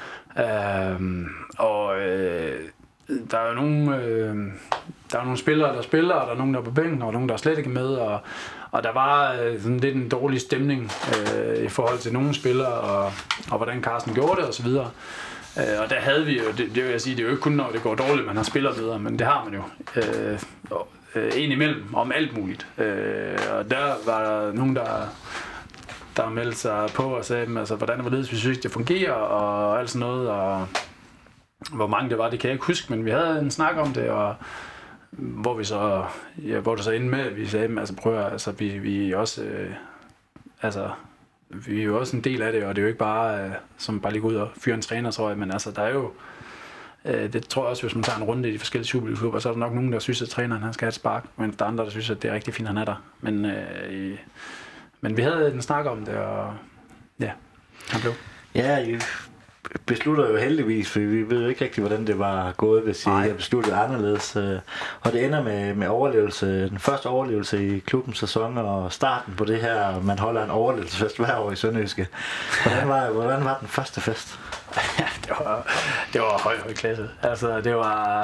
Der er jo nogle spillere, der spiller, og der er nogen, der er på bænken, og nogen, der er slet ikke med, og der var sådan lidt en dårlig stemning i forhold til nogle spillere, og hvordan Carsten gjorde det, og så videre. Og der havde vi jo, det vil jeg sige, det er jo ikke kun, når det går dårligt, man har spillermøder, men det har man jo en imellem om alt muligt. Og der var der nogen, der meldte sig på og sagde, altså, hvordan var det, hvis vi synes, det fungerer, og alt sådan noget, og hvor mange det var, det kan jeg ikke huske, men vi havde en snak om det, og hvor det så endte med, at vi sagde, altså prøv at, altså vi også, vi er jo også en del af det, og det er jo ikke bare, som bare lige gå ud og fyre en træner, tror jeg, men altså der er jo, det tror jeg også, hvis man tager en runde i de forskellige Superliga-klubber, så er der nok nogen, der synes, at træneren han skal have et spark, men der er andre, der synes, at det er rigtig fint, han er der. Men vi havde en snak om det, og ja, han blev. Ja, I beslutter jo heldigvis, for vi ved jo ikke rigtig, hvordan det var gået, hvis I havde besluttet anderledes. Og det ender med overlevelse, den første overlevelse i klubbens sæson, og starten på det her, man holder en overlevelsesfest hver år i Sønderjyske. Hvordan var den første fest? Ja, det var høj klasse. Altså, det var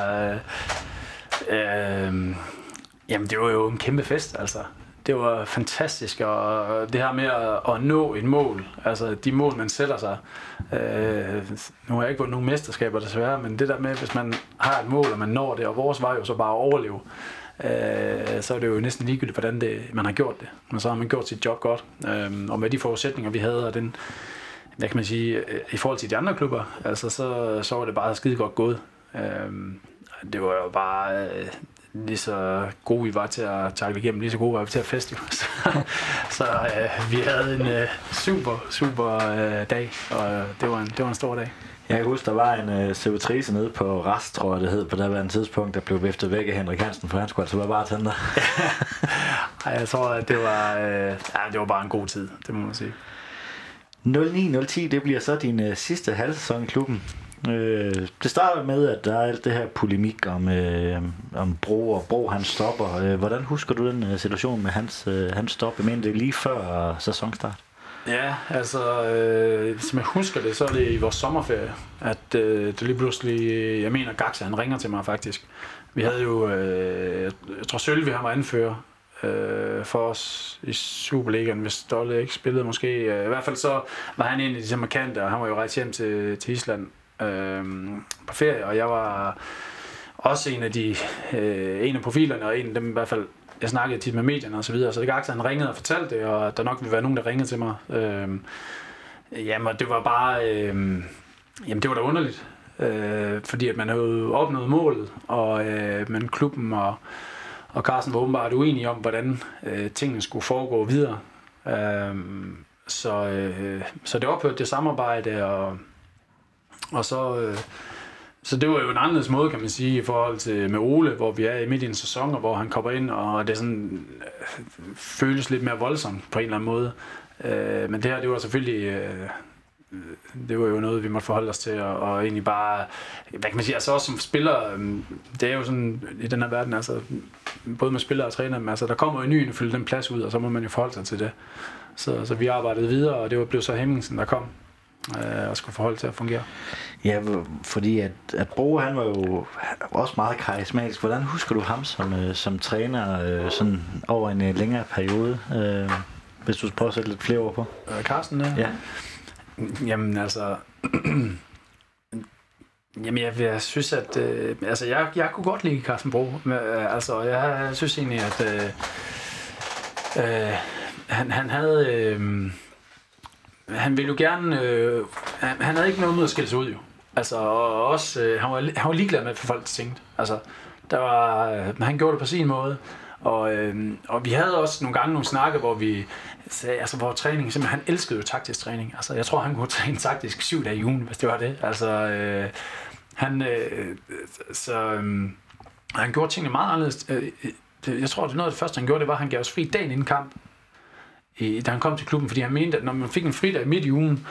jamen, det var jo en kæmpe fest, altså. Det var fantastisk, og det her med at nå et mål, altså de mål, man sætter sig. Nu har jeg ikke vundet nogen mesterskaber desværre, men det der med, hvis man har et mål, og man når det, og vores var jo så bare at overleve, så er det jo næsten ligegyldigt, hvordan man har gjort det. Men så har man gjort sit job godt, og med de forudsætninger, vi havde, og den, hvad kan man sige, i forhold til de andre klubber, altså så var det bare skide godt gået. Det var jo bare lige så gode vi var til at takle igennem, lige så gode var vi til at feste. Så vi havde en super dag, og det var en stor dag. Jeg kan huske, der var en servitrice nede på Rast, tror jeg det hed, på det her tidspunkt, der blev viftet væk af Henrik Hansen, for han skulle altså være bartender. Jeg tror, at det var bare en god tid, det må man sige. 09-10, det bliver så din sidste halvsæson i klubben. Det starter med, at der er alt det her polemik om Bro, og Bro han stopper. Hvordan husker du den situation med hans stop? Jeg mener, det er lige før sæsonstart. Ja, altså, som jeg husker det, så er det i vores sommerferie, at det lige pludselig, jeg mener, Gaxa, han ringer til mig faktisk. Vi havde jo, jeg tror Sølvi, han var anfører for os i Superligaen, hvis Stolle ikke spillede måske. I hvert fald så var han en af de markante, og han var jo rejst hjem til Island på ferie, og jeg var også en af profilerne, og en af dem i hvert fald, jeg snakkede tit med medierne og så videre, så det gik, han ringede og fortalte det, og der nok ville være nogen, der ringede til mig. Jamen, det var bare, jamen det var da underligt, fordi at man havde opnået målet, og men klubben og Carsten var åbenbart uenige om, hvordan tingene skulle foregå videre. Så det ophørte det samarbejde, og så det var jo en anderledes måde, kan man sige, i forhold til med Ole, hvor vi er midt i en sæson, og hvor han kommer ind, og det sådan føles lidt mere voldsomt på en eller anden måde. Men det her, det var selvfølgelig, det var jo noget, vi måtte forholde os til, og egentlig bare, hvad kan man sige, altså også som spiller, det er jo sådan i den her verden, altså både med spillere og træner, men altså der kommer jo ny, og fylder den plads ud, og så må man jo forholde sig til det. Så vi arbejdede videre, og det blev så Hemmingsen, der kom og skulle forholde til at fungere. Ja, fordi at Bro, han var jo også meget karismatisk. Hvordan husker du ham som træner sådan over en længere periode? Hvis du prøver at sætte lidt flere ord på. Carsten, ja. Jamen altså, jamen jeg synes at altså jeg kunne godt lide Carsten Bro. Altså jeg synes egentlig at han havde han ville jo gerne... han havde ikke noget med at skille sig ud, jo. Altså, og også... han var ligeglad med, hvad folk tænkte. Altså, han gjorde det på sin måde. Og vi havde også nogle gange nogle snakke, hvor vi sagde, altså hvor træning, simpelthen han elskede jo taktisk træning. Altså jeg tror han kunne træne taktisk 7 dage i ugen, hvis det var det. Altså han gjorde tingene meget anderledes. Jeg tror, det noget af det første han gjorde, det var, at han gav os fri dagen inden kamp, da han kom til klubben, fordi han mente, at når man fik en fridag midt i ugen,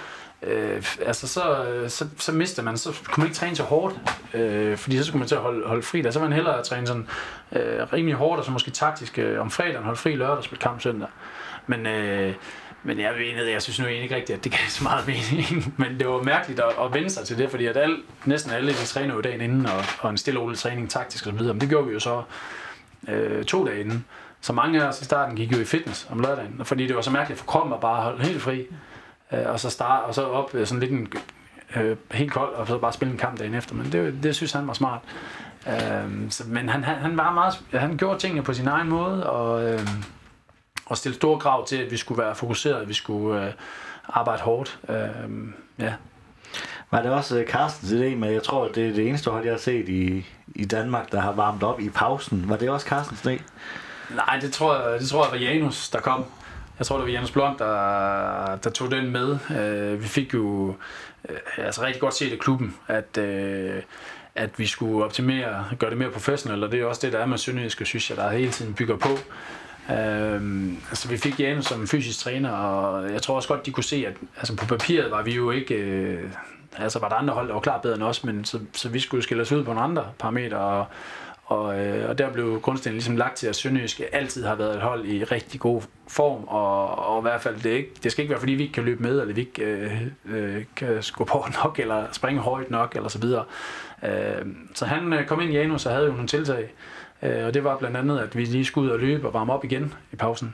så mistede man, så kunne man ikke træne så hårdt, fordi så skulle man til at holde fri der. Så var man hellere at træne sådan rimelig hårdt, og så måske taktisk om fredagen, holde fri lørdag og spille kamp søndag. Men jeg synes nu egentlig ikke rigtigt, at det gav så meget mening. Men det var mærkeligt at vende sig til det, fordi at næsten alle de træner jo dagen inden, og en stille rolig træning taktisk og så videre. Men det gjorde vi jo så 2 dage inden. Så mange af os i starten gik jo i fitness om lørdagen, fordi det var så mærkeligt for kroppen at bare holde helt fri. Og så op sådan lidt helt kold, og så bare spille en kamp dagen efter. Men det synes han var smart. Men han var meget, han gjorde tingene på sin egen måde, og stille store krav til, at vi skulle være fokuseret, at vi skulle arbejde hårdt. Ja. Var det også Carstens idé med, jeg tror, det er det eneste hold, jeg har set i Danmark, der har varmet op i pausen. Var det også Carstens idé? Nej, det tror jeg var Janus, der kom. Jeg tror, det var Janus Blond, der tog den med. Vi fik jo rigtig godt set i klubben, at vi skulle optimere, gøre det mere professionelt, og det er også det, der er med Sønderjyske, synes jeg, der hele tiden bygger på. Så vi fik Janus som fysisk træner, og jeg tror også godt, de kunne se, at altså på papiret var vi jo ikke... var der andre hold, der var klart bedre end os, men så vi skulle skille os ud på nogle andre parametre, og der blev grundstenen ligesom lagt til, at Sønderjyske altid har været et hold i rigtig god form, og i hvert fald det skal ikke være, fordi vi ikke kan løbe med, eller vi ikke kan skubbe hårdt nok, eller springe højt nok, eller så videre. Så han kom ind i Janus og havde jo nogle tiltag, og det var blandt andet, at vi lige skulle ud og løbe og varme op igen i pausen.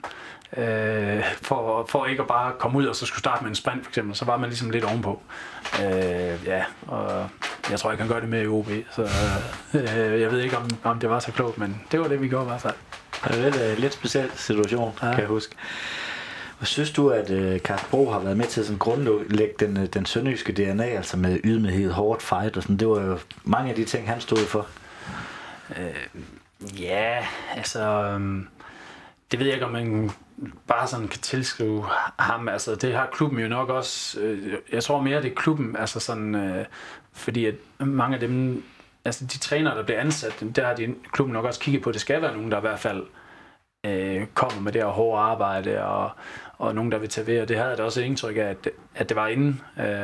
For ikke at bare komme ud og så skulle starte med en sprint for eksempel, så var man ligesom lidt ovenpå. Og jeg tror, jeg kan gøre det med i OB, så jeg ved ikke, om det var så klogt, men det var det, vi gjorde i hvert fald. Det er en lidt speciel situation, kan jeg huske. Hvad synes du, at Carsten Bro har været med til at grundlægge den sønderjyske DNA, altså med ydmyghed, hårdt fight og sådan? Det var jo mange af de ting, han stod for. Det ved jeg ikke, om man bare sådan kan tilskrive ham. Altså, det har klubben jo nok også... jeg tror mere, det er klubben, altså sådan... fordi at mange af dem... Altså, de trænere, der bliver ansat, der har klubben nok også kigget på, at det skal være nogen, der i hvert fald kommer med det her hårde arbejde, og nogen, der vil tage ved. Og det havde jeg da også indtryk af, at det var inde.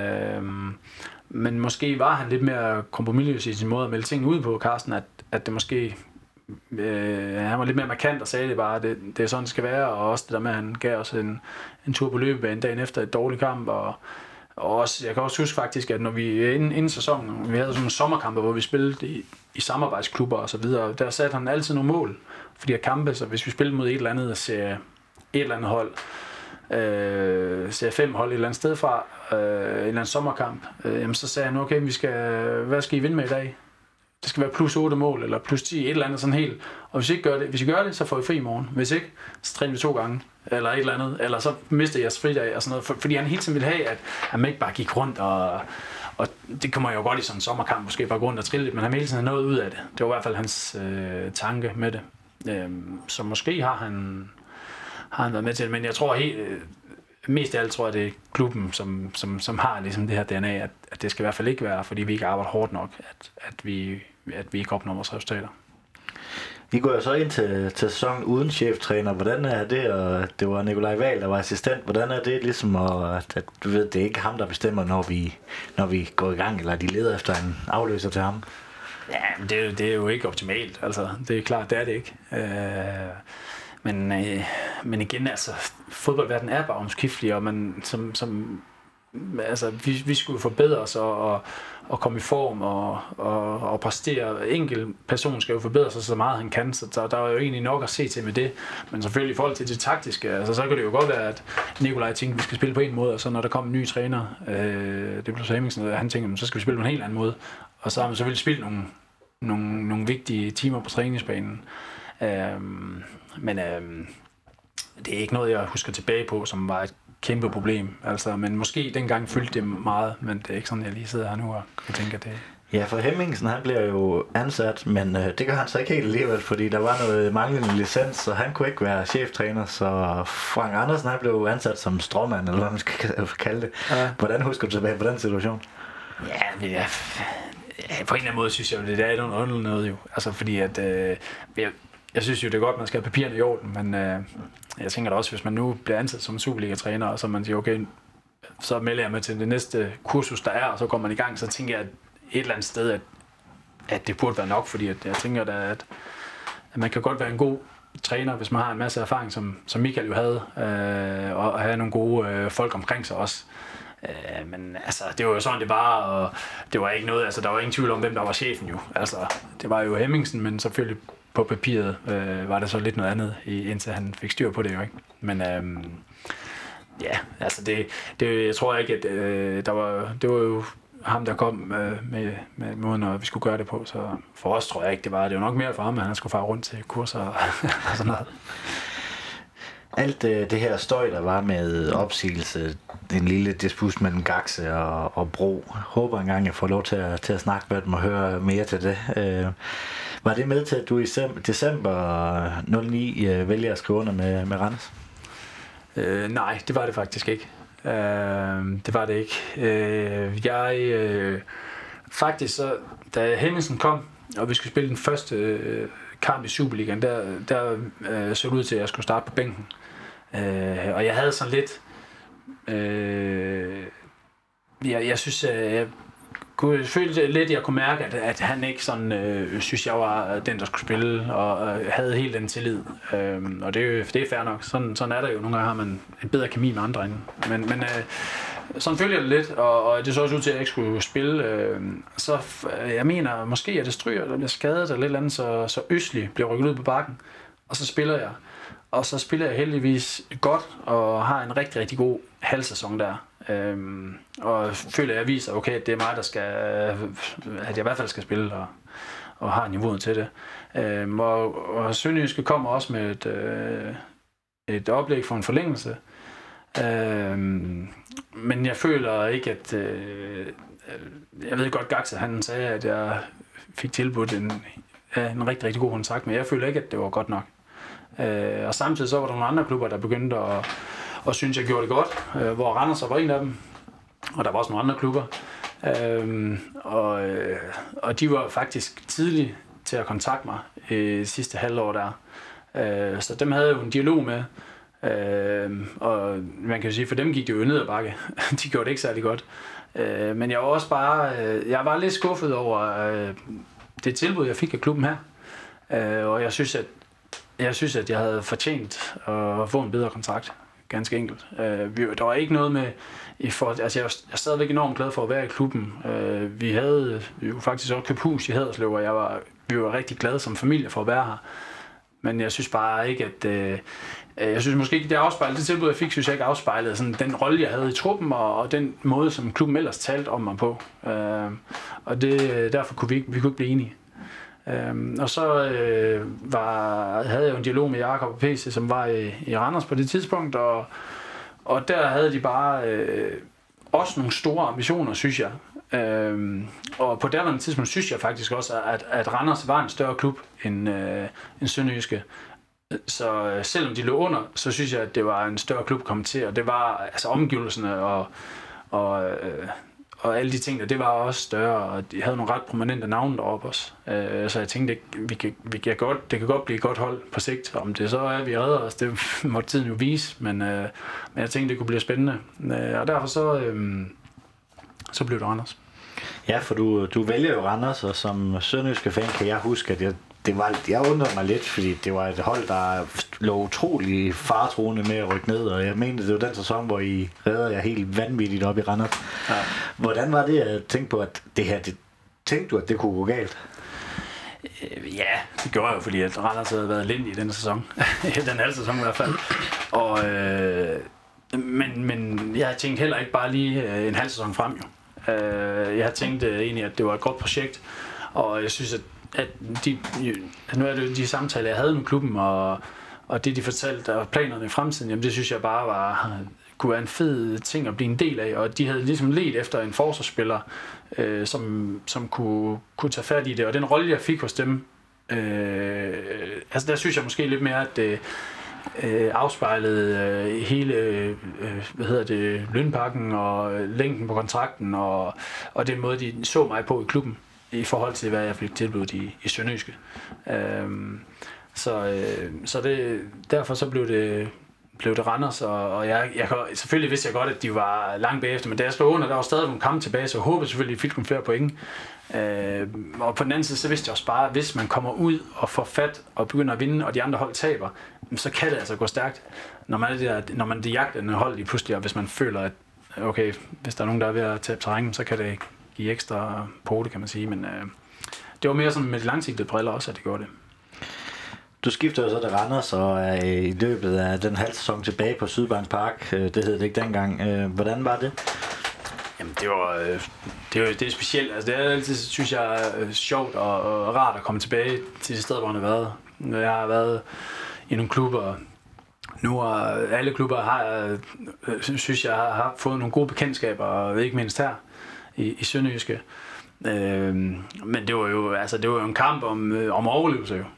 Men måske var han lidt mere kompromisløs i sin måde at melde ting ud på, Carsten, at det måske... han var lidt mere markant og sagde det bare, det er sådan det skal være, og også det der med, at han gav os en tur på løbebanen dagen efter et dårligt kamp, og også, jeg kan også huske faktisk, at når vi inden sæsonen, vi havde sådan nogle sommerkampe, hvor vi spillede i samarbejdsklubber og så videre, der satte han altid nogle mål for de her kampe, så hvis vi spillede mod et eller andet hold, serie 5 hold et eller andet sted fra, en eller anden sommerkamp, jamen så sagde han, okay, hvad skal I vinde med i dag? Det skal være plus 8 mål, eller plus 10, et eller andet sådan helt. Og hvis I gør det, så får I fri i morgen. Hvis ikke, så træner vi 2 gange, eller et eller andet. Eller så mister I jeres fridag og sådan noget. Fordi han hele tiden ville have, at man ikke bare gik rundt, og det kommer jo godt i sådan en sommerkamp, måske bare gå rundt og trille lidt, men han hele tiden have noget ud af det. Det var i hvert fald hans tanke med det. Så måske har han været med til det, men jeg tror mest af alt tror jeg, det er klubben, som har ligesom det her DNA, at det skal i hvert fald ikke være, fordi vi ikke arbejder hårdt nok, at vi ikke opnår vores resultater. I går jo så ind til sæsonen uden cheftræner. Hvordan er det? Og det var Nikolaj Wahl, der var assistent. Hvordan er det ligesom, at du ved, det er ikke ham, der bestemmer, når vi går i gang, eller de leder efter en afløser til ham? Ja, det er jo ikke optimalt. Altså, det er klart, det er det ikke. Men igen, altså, fodboldverdenen er bare omskiftelig, og man, altså, vi skulle forbedre os og komme i form og præstere. Enkel person skal jo forbedre sig så meget han kan, så der er jo egentlig nok at se til med det. Men selvfølgelig i forhold til det taktiske, altså, så kan det jo godt være, at Nikolaj tænker, at vi skal spille på en måde, og så når der kommer en ny træner, det blev så Hemmingsen, han tænker, så skal vi spille på en helt anden måde. Og så har man selvfølgelig spillet nogle vigtige timer på træningsbanen. Men det er ikke noget, jeg husker tilbage på, som var et kæmpe problem. Altså, men måske dengang fyldte det meget, men det er ikke sådan, jeg lige sidder her nu og tænker det. Ja, for Hemmingsen, han bliver jo ansat, men det gør han så ikke helt alligevel, fordi der var noget manglende licens, så han kunne ikke være cheftræner, så Frank Andersen, han blev ansat som stråmand, eller hvad man skal kalde det. Ja. Hvordan husker du tilbage på den situation? Ja, på en eller anden måde synes jeg jo, det er noget noget jo. Altså fordi at, jeg synes jo, det er godt, man skal have papirerne i orden, men jeg tænker da også, hvis man nu bliver ansat som Superliga-træner, og så man siger, okay, så melder jeg mig til det næste kursus, der er, og så går man i gang, så tænker jeg, et eller andet sted, at det burde være nok, fordi at jeg tænker da, at man kan godt være en god træner, hvis man har en masse erfaring, som Michael jo havde, og have nogle gode folk omkring sig også. Men altså, det var jo sådan, det var, og det var ikke noget, altså der var ingen tvivl om, hvem der var chefen jo. Altså, det var jo Hemmingsen, men selvfølgelig på papiret var det så lidt noget andet, indtil han fik styr på det jo, ikke? Men ja, altså det jeg tror ikke, at det var jo ham, der kom med måden, at vi skulle gøre det på, så for os tror jeg ikke, det var nok mere for ham, at han skulle fare rundt til kurser og sådan noget. Alt det her støj, der var med opsigelse, den lille disput mellem Gaxe og Bro, håber engang, jeg får lov til at snakke med dem og høre mere til det. Var det med til, at du i december 09 vælger at skrive under med Randers? Nej, det var det faktisk ikke. Det var det ikke. Faktisk så, da Hemmingsen kom, og vi skulle spille den første kamp i Superligaen, der så det ud til, at jeg skulle starte på bænken. Og jeg havde sådan lidt... jeg synes, jeg kunne føle lidt, at jeg kunne mærke, at han ikke sådan, synes jeg var den, der skulle spille, og havde helt den tillid. Og det er fair nok. Sådan er der jo. Nogle gange har man en bedre kemi med andre inde. Men sådan følger det lidt, og det så også ud til, at jeg ikke skulle spille. Så jeg mener, måske at det stryger, der bliver skadet eller lidt andet, så Østlig bliver rykket ud på bakken, og så spiller jeg. Og så spiller jeg heldigvis godt, og har en rigtig, rigtig god halvsæson der. Og føler, at jeg viser, okay, at det er mig, der skal, at jeg i hvert fald skal spille, og har niveauet til det. Og Sønderjyske kommer også med et oplæg for en forlængelse. Men jeg føler ikke, at... jeg ved godt, Gaxe, han sagde, at jeg fik tilbudt en rigtig, rigtig god kontrakt, men jeg føler ikke, at det var godt nok. Og samtidig så var der nogle andre klubber, der begyndte at synes, jeg gjorde det godt, hvor Randers var en af dem, og der var også nogle andre klubber. Og de var faktisk tidlige til at kontakte mig sidste halvår der. Så dem havde jeg jo en dialog med. Og man kan jo sige, for dem gik det jo ned ad bakke. De gjorde det ikke særlig godt. Men jeg var også bare, jeg var lidt skuffet over det tilbud, jeg fik af klubben her. Og jeg synes, at jeg havde fortjent at få en bedre kontrakt. Ganske enkelt. Der var ikke noget med, altså jeg er stadigvæk enormt glad for at være i klubben. Vi havde jo faktisk også købt hus i Haderslev, og vi var rigtig glade som familie for at være her. Men jeg synes bare ikke, at... jeg synes måske ikke, det tilbud, jeg fik, synes jeg ikke afspejlede sådan den rolle, jeg havde i truppen, og den måde, som klubben ellers talte om mig på. Og derfor kunne vi kunne ikke blive enige. Og så havde jeg jo en dialog med Jakob og PC, som var i Randers på det tidspunkt, og der havde de bare også nogle store ambitioner, synes jeg. Og på derværende tidspunkt synes jeg faktisk også, at Randers var en større klub end Sønderjyske. Så selvom de lå under, så synes jeg, at det var en større klub at komme til, og det var altså omgivelserne og alle de ting der, det var også større, og de havde nogle ret prominente navne deroppe også. Så jeg tænkte, det kan godt blive et godt hold på sigt. Om det så er, vi redder os, det måtte tiden jo vise, men jeg tænkte, det kunne blive spændende. Og derfor så blev det Randers. Ja, for du vælger jo Randers, og som sønderjyske fan kan jeg huske, at jeg undrede mig lidt, fordi det var et hold, der lå utrolig faretruende med at rykke ned, og jeg mente, det var den sæson, hvor I redder jer helt vanvittigt op i Randers. Ja. Hvordan var det at tænke på, at det her, tænkte du, at det kunne gå galt? Ja, det gjorde jeg jo, fordi at Randers havde været elendig i den sæson. Den halve sæson i hvert fald. Og, men jeg tænkte heller ikke bare lige en halv sæson frem jo. Jeg tænkte egentlig, at det var et godt projekt, og jeg synes, at nu er det jo de samtaler, jeg havde med klubben, og det, de fortalte, og planerne i fremtiden, jamen det synes jeg bare var kunne være en fed ting at blive en del af, og de havde ligesom ledt efter en forsvarsspiller, som kunne tage fat i det, og den rolle, jeg fik hos dem, altså der synes jeg måske lidt mere, at det afspejlede hele lønpakken og længden på kontrakten og den måde, de så mig på i klubben i forhold til, hvad jeg fik tilbudt i Sønderjyske. Så derfor så blev det Randers, og jeg selvfølgelig vidste jeg godt, at de var langt bagefter, men da jeg slog under, der var stadig nogle kampe tilbage, så jeg håbede selvfølgelig, at de fik nogle flere point. Og på den anden side, så vidste jeg også bare, at hvis man kommer ud og får fat og begynder at vinde, og de andre hold taber, så kan det altså gå stærkt, når man det jagter en hold i pludselig, og hvis man føler, at okay, hvis der er nogen, der er ved at tabe terræn, så kan det give ekstra pote, kan man sige, men det var mere sådan med de langsigtede briller også, at det gjorde det. Du skifter jo så til Randers, og er i løbet af den halv sæson tilbage på Sydbank Park. Det hed det ikke dengang. Hvordan var det? Jamen, det er specielt. Altså, det er altid, synes jeg, sjovt og rart at komme tilbage til det sted, hvor man har været. Jeg har været i nogle klubber. Nu er alle klubber synes jeg har fået nogle gode bekendtskaber, og ikke mindst her i Sønderjyske. Men det var jo en kamp om overlevelse jo.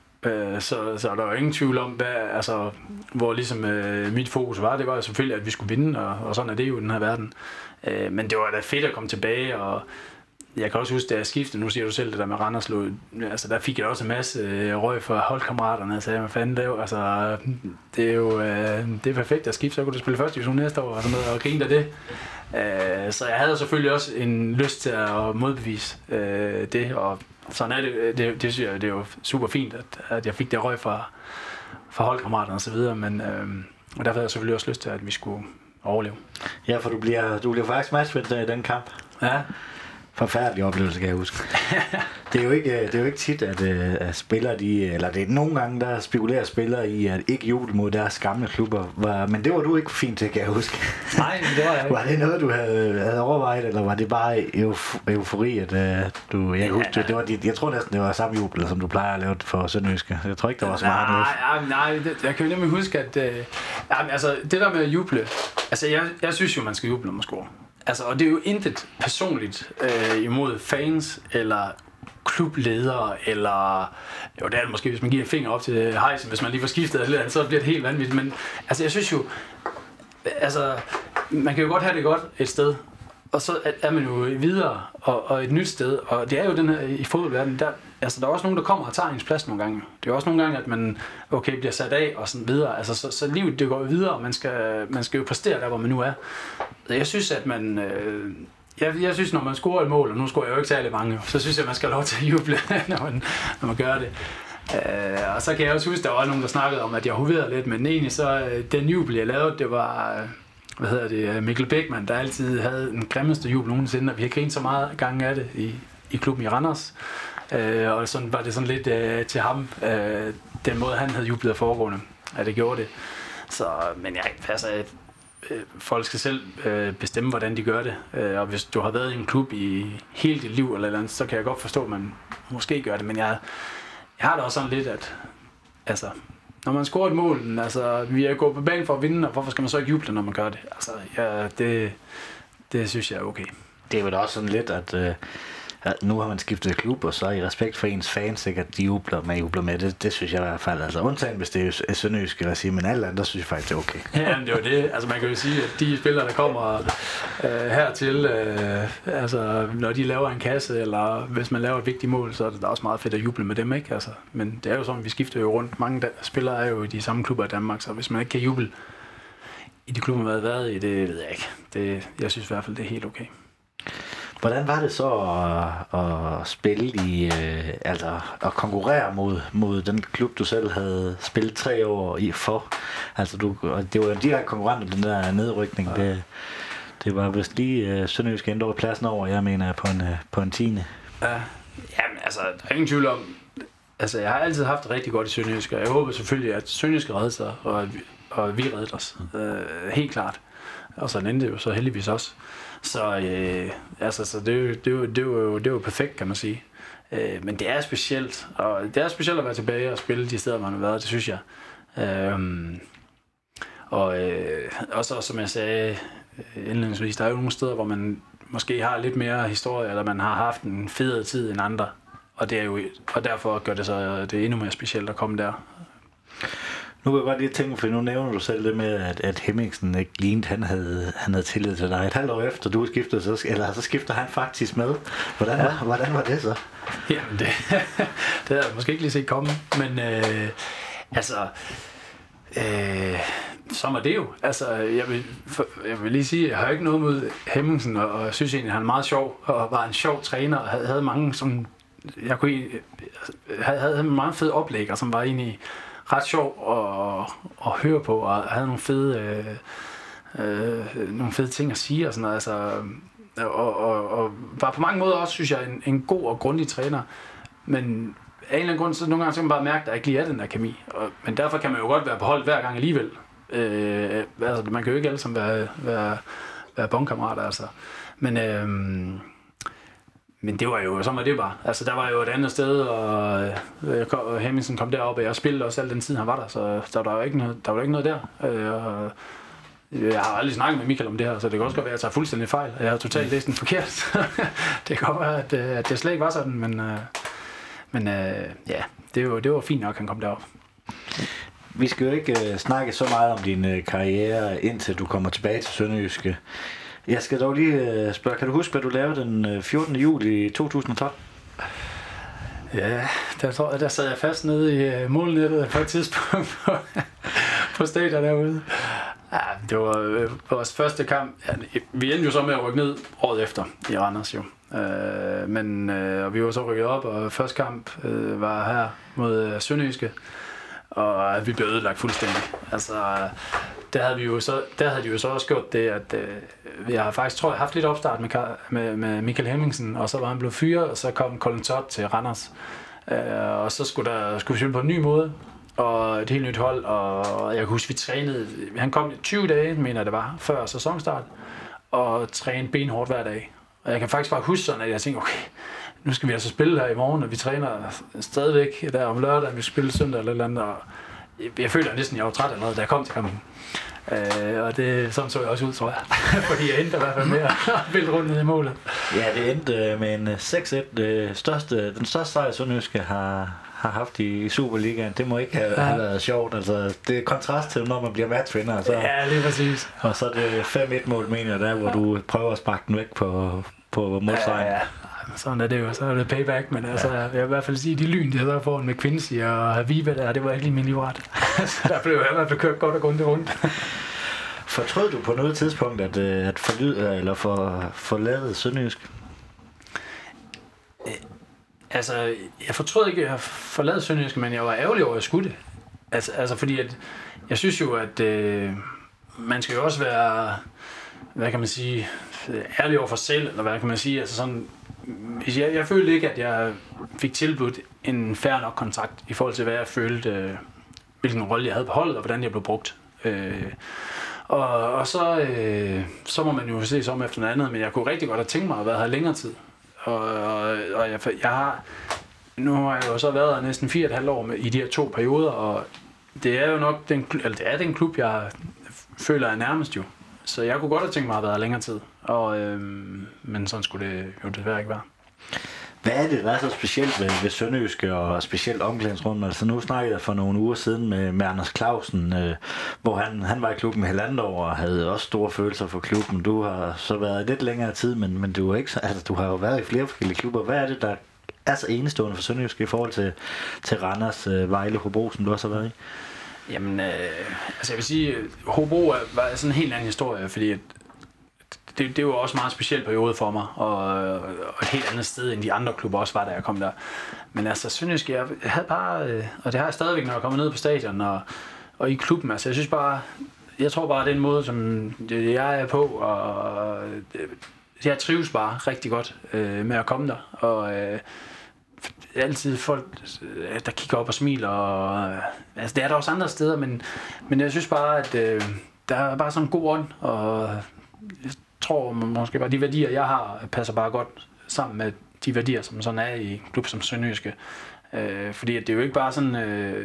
Så der var ingen tvivl om, hvor ligesom mit fokus var. Det var jo selvfølgelig, at vi skulle vinde, og sådan er det jo i den her verden. Men det var da fedt at komme tilbage, og jeg kan også huske, da jeg skiftede, nu siger du selv det der med Randers, altså der fik jeg også en masse røg for holdkammeraterne, og sagde, hvad fanden det er jo, altså det er jo det er perfekt at skifte, så kunne du spille første division næste år, og sådan noget, og grine af det. Så jeg havde selvfølgelig også en lyst til at modbevise det, og sådan er det synes jeg, det er jo super fint, at jeg fik det røg fra holdkammeraterne og så videre, men og derfor havde jeg selvfølgelig også lyst til, at vi skulle overleve. Ja, for du bliver faktisk matchvinder i den kamp. Ja. Forfærdelig oplevelse, kan jeg huske. Det er jo ikke tit, at spillere, eller det er nogle gange, der spekulerer spillere i at ikke juble mod deres gamle klubber. Men det var du ikke fint til, kan jeg huske. Nej, men det var jeg ikke. Var det noget, du havde overvejet, eller var det bare eufori, at du... Jeg husker, jeg tror næsten, det var samme jubel, som du plejer at lave for Sønderjyske. Jeg tror ikke, der var så meget noget. Nej, jeg kan jo nemlig huske, at det der med at juble, altså jeg synes jo, man skal juble, når man scorer. Altså, og det er jo intet personligt imod fans eller klubledere, eller jo, det er det måske, hvis man giver finger op til hejsen, hvis man lige får skiftet eller andet, så bliver det helt vanvittigt. Men altså, jeg synes jo, altså, man kan jo godt have det godt et sted, og så er man jo videre og et nyt sted, og det er jo den her i fodboldverdenen, der er også nogen, der kommer og tager ens plads nogle gange. Det er også nogle gange, at man bliver sat af og sådan videre. Altså, så livet det går videre, og man skal jo præstere der, hvor man nu er. Jeg synes, at man... Jeg synes, når man scorer et mål, og nu scorer jeg jo ikke særlig mange, så synes jeg, at man skal have lov til at juble, når man gør det. Og så kan jeg også huske, at der var nogen, der snakkede om, at jeg hoverede lidt, men egentlig så den jubel, jeg lavede, det var... Mikkel Bækman, der altid havde den grimmeste jubel nogensinde, og vi har grint så meget gange af det i klubben i Randers. Og sådan var det sådan lidt til ham, den måde han havde jublet af foregående, at det gjorde det. Så, men folk skal selv bestemme, hvordan de gør det. Og hvis du har været i en klub i hele dit liv eller andet, så kan jeg godt forstå, at man måske gør det. Men jeg har da også sådan lidt, at altså, når man scorer et mål, altså, vi er gået på banen for at vinde, og hvorfor skal man så ikke juble, når man gør det? Altså, det synes jeg er okay. Det er vel også sådan lidt, at nu har man skiftet klub, og så i respekt for ens fans, ikke, at de jubler med. Det synes jeg i hvert fald. Altså undtagen, hvis det er Sønderjysk, eller sige, men alle andre synes jeg faktisk, det er okay. Ja, men det var det. Altså man kan jo sige, at de spillere, der kommer hertil, altså når de laver en kasse, eller hvis man laver et vigtigt mål, så er det også meget fedt at juble med dem, ikke? Altså, men det er jo sådan, vi skifter jo rundt. Mange spillere er jo i de samme klubber i Danmark, så hvis man ikke kan juble i de klubber, man har været i, det ved jeg ikke. Jeg synes i hvert fald, det er helt okay. Hvordan var det så at spille i, altså at konkurrere mod den klub, du selv havde spillet 3 år i for? Altså det var jo en direkte konkurrent om den der nedrykning. Ja. Det var vist lige Sønderjysk endte over pladsen over, jeg mener, på en 10. Ja, jamen altså, der er ingen tvivl om, altså jeg har altid haft det rigtig godt i Sønderjysk, og jeg håber selvfølgelig, at Sønderjysk reddede sig, og vi reddede os. Helt klart. Og så endte det jo så heldigvis også. Så så det er jo perfekt, kan man sige. Men det er specielt, og det er specielt at være tilbage og spille de steder, man har været, det synes jeg. Og så, som jeg sagde indledningsvis, der er jo nogle steder, hvor man måske har lidt mere historie, eller man har haft en federe tid end andre. Og, det er jo, og derfor gør det så det endnu mere specielt at komme der. Nu vil jeg bare lige tænke, for nu nævner du selv det med, at Hemmingsen ikke lignede, han havde tillid til dig. Et halvt år efter du skiftede, så skifter han faktisk med. Hvordan var det så? Jamen det havde jeg måske ikke lige set komme, men sådan var det jo. Altså, jeg vil lige sige, jeg har ikke noget mod Hemmingsen, og jeg synes egentlig, han er meget sjov, og var en sjov træner, og havde mange sådan, havde en meget fed oplæg, som var egentlig ret sjov at høre på, og havde nogle fede ting at sige og sådan noget, altså, og var på mange måder også, synes jeg, en god og grundig træner, men af en eller anden grund, så nogle gange så kan man bare mærke, at der ikke lige er den der kemi, men derfor kan man jo godt være på hold hver gang alligevel. Altså, man kan jo ikke alle sammen være bondkammerater, altså. Men det var jo, sådan var det bare. Altså, der var jo et andet sted, og Hemmingsen kom derop, og jeg spillede også al den tid, han var der, så der var jo ikke noget der. Og jeg har aldrig snakket med Michael om det her, så det kan også godt være, at jeg tager fuldstændig fejl, og jeg har totalt læst den forkert. Det kan godt være, at det slet ikke var sådan, men ja, det var fint nok, at han kom derop. Vi skal jo ikke snakke så meget om din karriere, indtil du kommer tilbage til Sønderjyske. Jeg skal dog lige spørge, kan du huske, hvad du lavede den 14. juli 2012? Ja, der sad jeg fast nede i målnettet på et tidspunkt på stadion derude. Ja, det var vores første kamp. Ja, vi endte jo så med at rykke ned året efter i Randers jo. Og vi var så rykket op, og første kamp var her mod Sønderjyske. Og vi blev ødelagt fuldstændig. Altså, der havde de jo så også gjort det, at vi har faktisk, tror jeg, haft lidt opstart med Michael Hemmingsen, og så var han blevet fyret, og så kom Colin Todd til Randers. Og så skulle vi spille på en ny måde, og et helt nyt hold, og jeg kan huske, vi trænede, han kom 20 dage, mener det var, før sæsonstart, og trænede benhårdt hver dag. Og jeg kan faktisk bare huske sådan, at jeg tænkte, okay, nu skal vi altså spille her i morgen, og vi træner stadigvæk der om lørdag, vi spiller søndag eller et eller andet, og jeg føler næsten, jeg var træt allerede, da jeg kom til kampen. Og sådan så jeg også ud, tror jeg. Fordi jeg endte i hvert fald med at vælge rundt ned i målet. Ja, det endte med en 6-1. Den største sejr, Sønderjyske har haft i Superligaen. Det må ikke have været sjovt. Altså, det er kontrast til, når man bliver matchvinder. Så, ja, lige præcis. Og så er det 5-1-mål, mener jeg, der, hvor du prøver at sparke den væk på målstregen. Ja. Sådan er det jo, så er det payback, men altså, jeg vil i hvert fald sige, de lyn, der så foran med Quincy og Haviva der, det var ikke lige min livret. Der blev jeg i hvert fald kørt godt og grundigt rundt. Fortrød du på noget tidspunkt at forlade Sønderjysk? Altså, jeg fortrød ikke at forlade Sønderjysk, men jeg var ærgerlig over, at jeg skulle det. Altså fordi at, jeg synes jo, at man skal jo også være, hvad kan man sige, ærlig over for selv, eller hvad kan man sige, altså sådan, jeg følte ikke, at jeg fik tilbudt en fair nok kontrakt i forhold til, hvad jeg følte, hvilken rolle jeg havde på holdet, og hvordan jeg blev brugt. Og så må man jo se sig om efter noget andet, men jeg kunne rigtig godt have tænkt mig at være her længere tid. Og nu har jeg jo så været næsten 4,5 år i de her 2 perioder, og det er jo nok den klub, jeg føler er nærmest jo. Så jeg kunne godt have tænkt mig at være her længere tid, men sådan skulle det jo desværre ikke være. Hvad er det, der er så specielt ved Sønderjyske og specielt omklædningsrummet? Altså nu snakkede jeg for nogle uger siden med Anders Clausen, hvor han var i klubben i 1,5 år og havde også store følelser for klubben. Du har så været lidt længere tid, men du, er ikke, altså, du har jo været i flere forskellige klubber. Hvad er det, der er så enestående for Sønderjyske i forhold til Randers, Vejle, Hobro, som du også har været i? Jamen, altså jeg vil sige, Hobro var sådan en helt anden historie, fordi det var også en meget speciel periode for mig, og et helt andet sted end de andre klubber også var, da jeg kom der. Men altså, Sønderjyske, jeg havde bare, og det har jeg stadigvæk, når jeg kommer ned på stadion og i klubben, altså jeg tror bare, den måde, som jeg er på, og jeg trives bare rigtig godt med at komme der, og altid folk, der kigger op og smiler, og altså det er der også andre steder, men jeg synes bare, at der er bare sådan en god ånd, og jeg tror måske bare, de værdier, jeg har, passer bare godt sammen med de værdier, som sådan er i en klub som Sønderjyske. Fordi det er jo ikke bare sådan,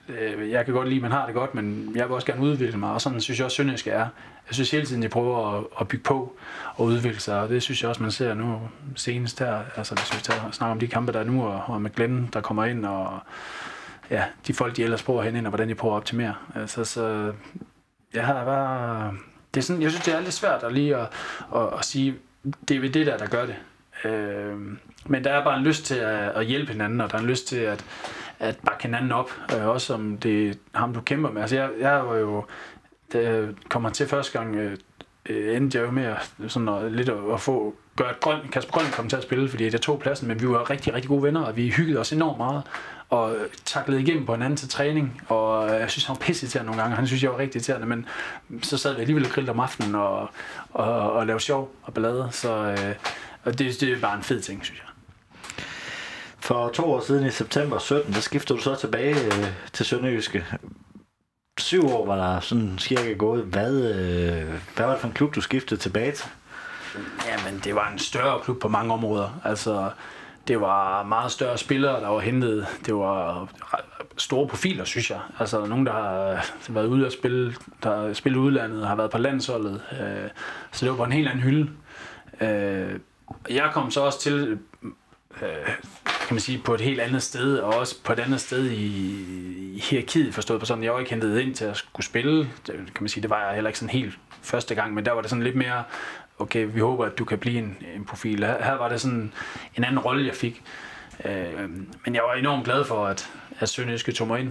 Jeg kan godt lide, at man har det godt, men jeg vil også gerne udvikle mig, og sådan synes jeg også, Sønderjyske er. Jeg synes hele tiden, de prøver at bygge på og udvikle sig, og det synes jeg også, man ser nu senest her. Altså hvis vi snakker om de kampe, der er nu, og med Glenn, der kommer ind, og ja, de folk, de ellers prøver hen ind, og hvordan de prøver at optimere. Altså, så jeg har bare... Det er sådan, jeg synes, det er lidt svært at lige at sige, det er det der gør det. Men der er bare en lyst til at hjælpe hinanden, og der er en lyst til at bakke hinanden op, også om det er ham, du kæmper med. Altså, jeg var jo, da jeg kom til første gang, endte jeg jo med sådan lidt at få gøre Kasper Grøn kom til at spille, fordi jeg tog pladsen, men vi var rigtig, rigtig gode venner, og vi hyggede os enormt meget, og taklede igennem på hinanden til træning, og jeg synes, han var pisseirriterende nogle gange, han synes, jeg var rigtig irriterende, men så sad vi alligevel og grillede om aftenen og lavede sjov og ballade, så og det er bare en fed ting, synes jeg. For 2 år siden i september 17, der skiftede du så tilbage til Sønderjyske. 7 år var der sådan cirka gået. Hvad var det for en klub, du skiftede tilbage til? Jamen, det var en større klub på mange områder. Altså, det var meget større spillere, der var hentet. Det var store profiler, synes jeg. Altså, nogen, der har været ude at spille, der har spillet udlandet, har været på landsholdet. Så det var på en helt anden hylde. Jeg kom så også til, kan man sige, på et helt andet sted, og også på et andet sted i hierarkiet, forstået på sådan. Jeg var ikke hentet ind til at skulle spille. Det, kan man sige, det var jeg heller ikke sådan helt første gang, men der var det sådan lidt mere, okay, vi håber, at du kan blive en profil. Her var det sådan en anden rolle, jeg fik. Men jeg var enormt glad for, at Sønderjyske tog mig ind.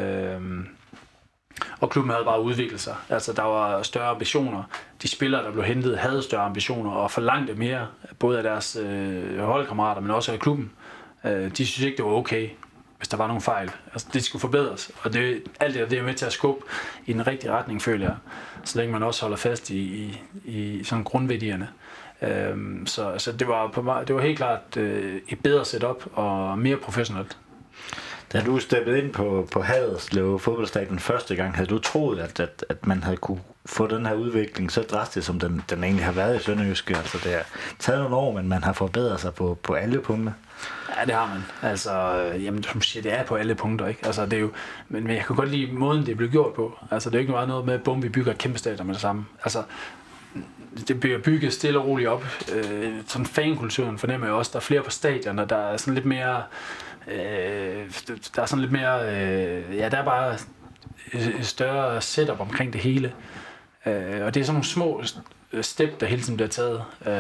Og klubben havde bare udviklet sig. Altså, der var større ambitioner. De spillere, der blev hentet, havde større ambitioner og forlangte mere, både af deres holdkammerater, men også af klubben. De synes ikke, det var okay, hvis der var nogle fejl. Altså, det skulle forbedres. Og alt det er med til at skubbe i den rigtige retning, føler jeg. Så længe man også holder fast i sådan grundværdierne. Så det var helt klart et bedre setup og mere professionelt. Da du steppede ind på Haderslev fodboldstadion første gang, havde du troet, at man havde kunne få den her udvikling så drastisk, som den egentlig har været i Sønderjyske? Altså, det har taget nogle år, men man har forbedret sig på alle punkter. Ja, det har man. Altså, jamen, som siger, det er på alle punkter, ikke? Altså, det er jo, men jeg kan godt lide måden, det blev gjort på. Altså, det er jo ikke noget med, at vi bygger et kæmpe stadion med det samme. Altså, det bliver bygget stille og roligt op. Sådan fankulturen fornemmer jeg også. Der er flere på stadion, og der er sådan lidt mere... der er sådan lidt mere... ja, der er bare et større setup omkring det hele. Og det er sådan nogle små step, der hele tiden bliver taget.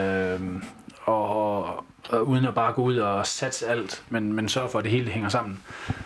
Og uden at bare gå ud og satse alt, men sørge for, at det hele hænger sammen.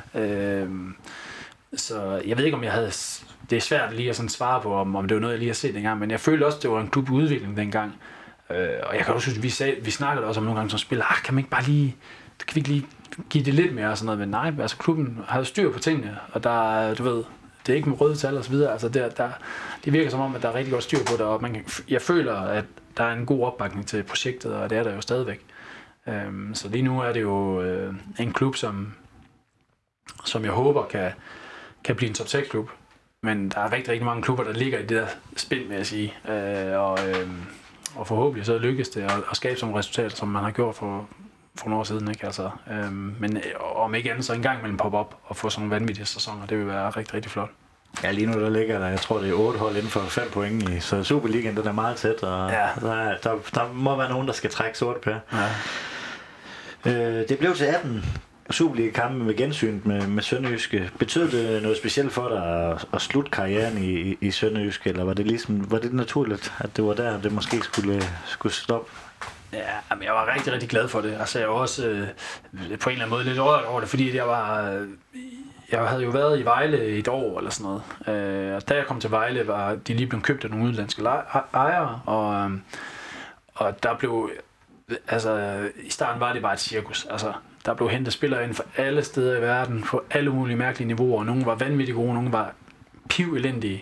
Så jeg ved ikke, om jeg havde... Det er svært lige at sådan svare på, om det var noget, jeg lige har set engang, men jeg følte også, det var en klub i udvikling dengang. Og jeg kan også synes, vi snakkede også om nogle gange som spiller, kan man ikke bare lige... Kan vi ikke lige give det lidt mere og sådan noget, men nej, altså klubben har styr på tingene, og der, du ved, det er ikke med røde tal og så videre, altså det virker som om, at der er rigtig godt styr på det, og jeg føler, at der er en god opbakning til projektet, og det er der jo stadigvæk. Så lige nu er det jo en klub, som jeg håber kan blive en top 6 klub, men der er rigtig, rigtig mange klubber, der ligger i det der spil, vil jeg sige, og forhåbentlig så lykkes det at skabe sådan resultater, som man har gjort for nogle år siden, ikke? Altså, men om ikke andet, så en gang mellem pop op og få sådan nogle vanvittige sæsoner, det vil være rigtig, rigtig flot. Ja, lige nu der ligger der, jeg tror det er 8 hold inden for 5 point i, så Superligaen, den er meget tæt, og ja. der må være nogen, der skal trække sort på. Ja. Det blev til 18 Superliga-kampe med gensyn med Sønderjyske. Betød det noget specielt for dig at slutte karrieren i Sønderjyske, eller var det naturligt, at det var der, det måske skulle stoppe? Ja, men jeg var rigtig, rigtig glad for det. Altså, jeg var også på en eller anden måde lidt rørt over det, fordi jeg havde jo været i Vejle et år eller sådan noget. Og da jeg kom til Vejle, var de lige blevet købt af nogle udenlandske ejere, og der blev... Altså, i starten var det bare et cirkus. Altså, der blev hentet spillere ind fra alle steder i verden, på alle mulige mærkelige niveauer. Nogle var vanvittigt gode, nogle var pivelendige.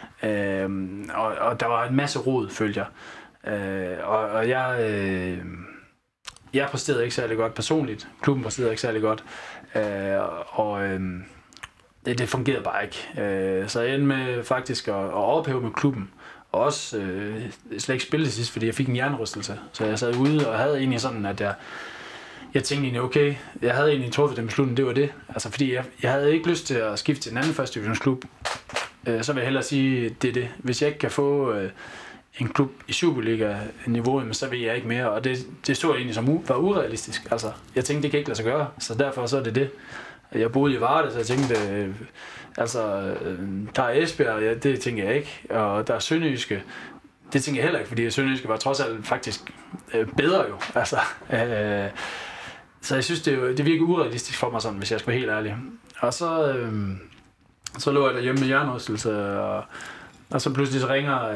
Og der var en masse rod, følte jeg. Og jeg præsterede ikke særlig godt personligt. Klubben præsterede ikke særlig godt. Det fungerede bare ikke. Så jeg endte med faktisk at ophæve med klubben. Og også slet ikke spille til sidst, fordi jeg fik en hjernerystelse. Så jeg sad ude og havde egentlig sådan, at jeg tænkte egentlig, okay, jeg havde egentlig truffet den beslutning, det var det. Altså, fordi jeg havde ikke lyst til at skifte til en anden første divisionsklub. Så vil jeg hellere sige, det er det. Hvis jeg ikke kan få en klub i Superliga-niveau, så vil jeg ikke mere. Og det så jeg egentlig som var urealistisk. Altså, jeg tænkte, det kan ikke lade sig gøre, så derfor så er det det. Jeg boede i Varde, så jeg tænkte, der er Esbjerg, ja, det tænker jeg ikke. Og der er Sønderjyske, det tænker jeg heller ikke, fordi Sønderjyske var trods alt faktisk bedre jo. Altså, så jeg synes, det virker urealistisk for mig sådan, hvis jeg skal være helt ærlig. Og så lå jeg derhjemme med hjernerystelse, og så pludselig så ringer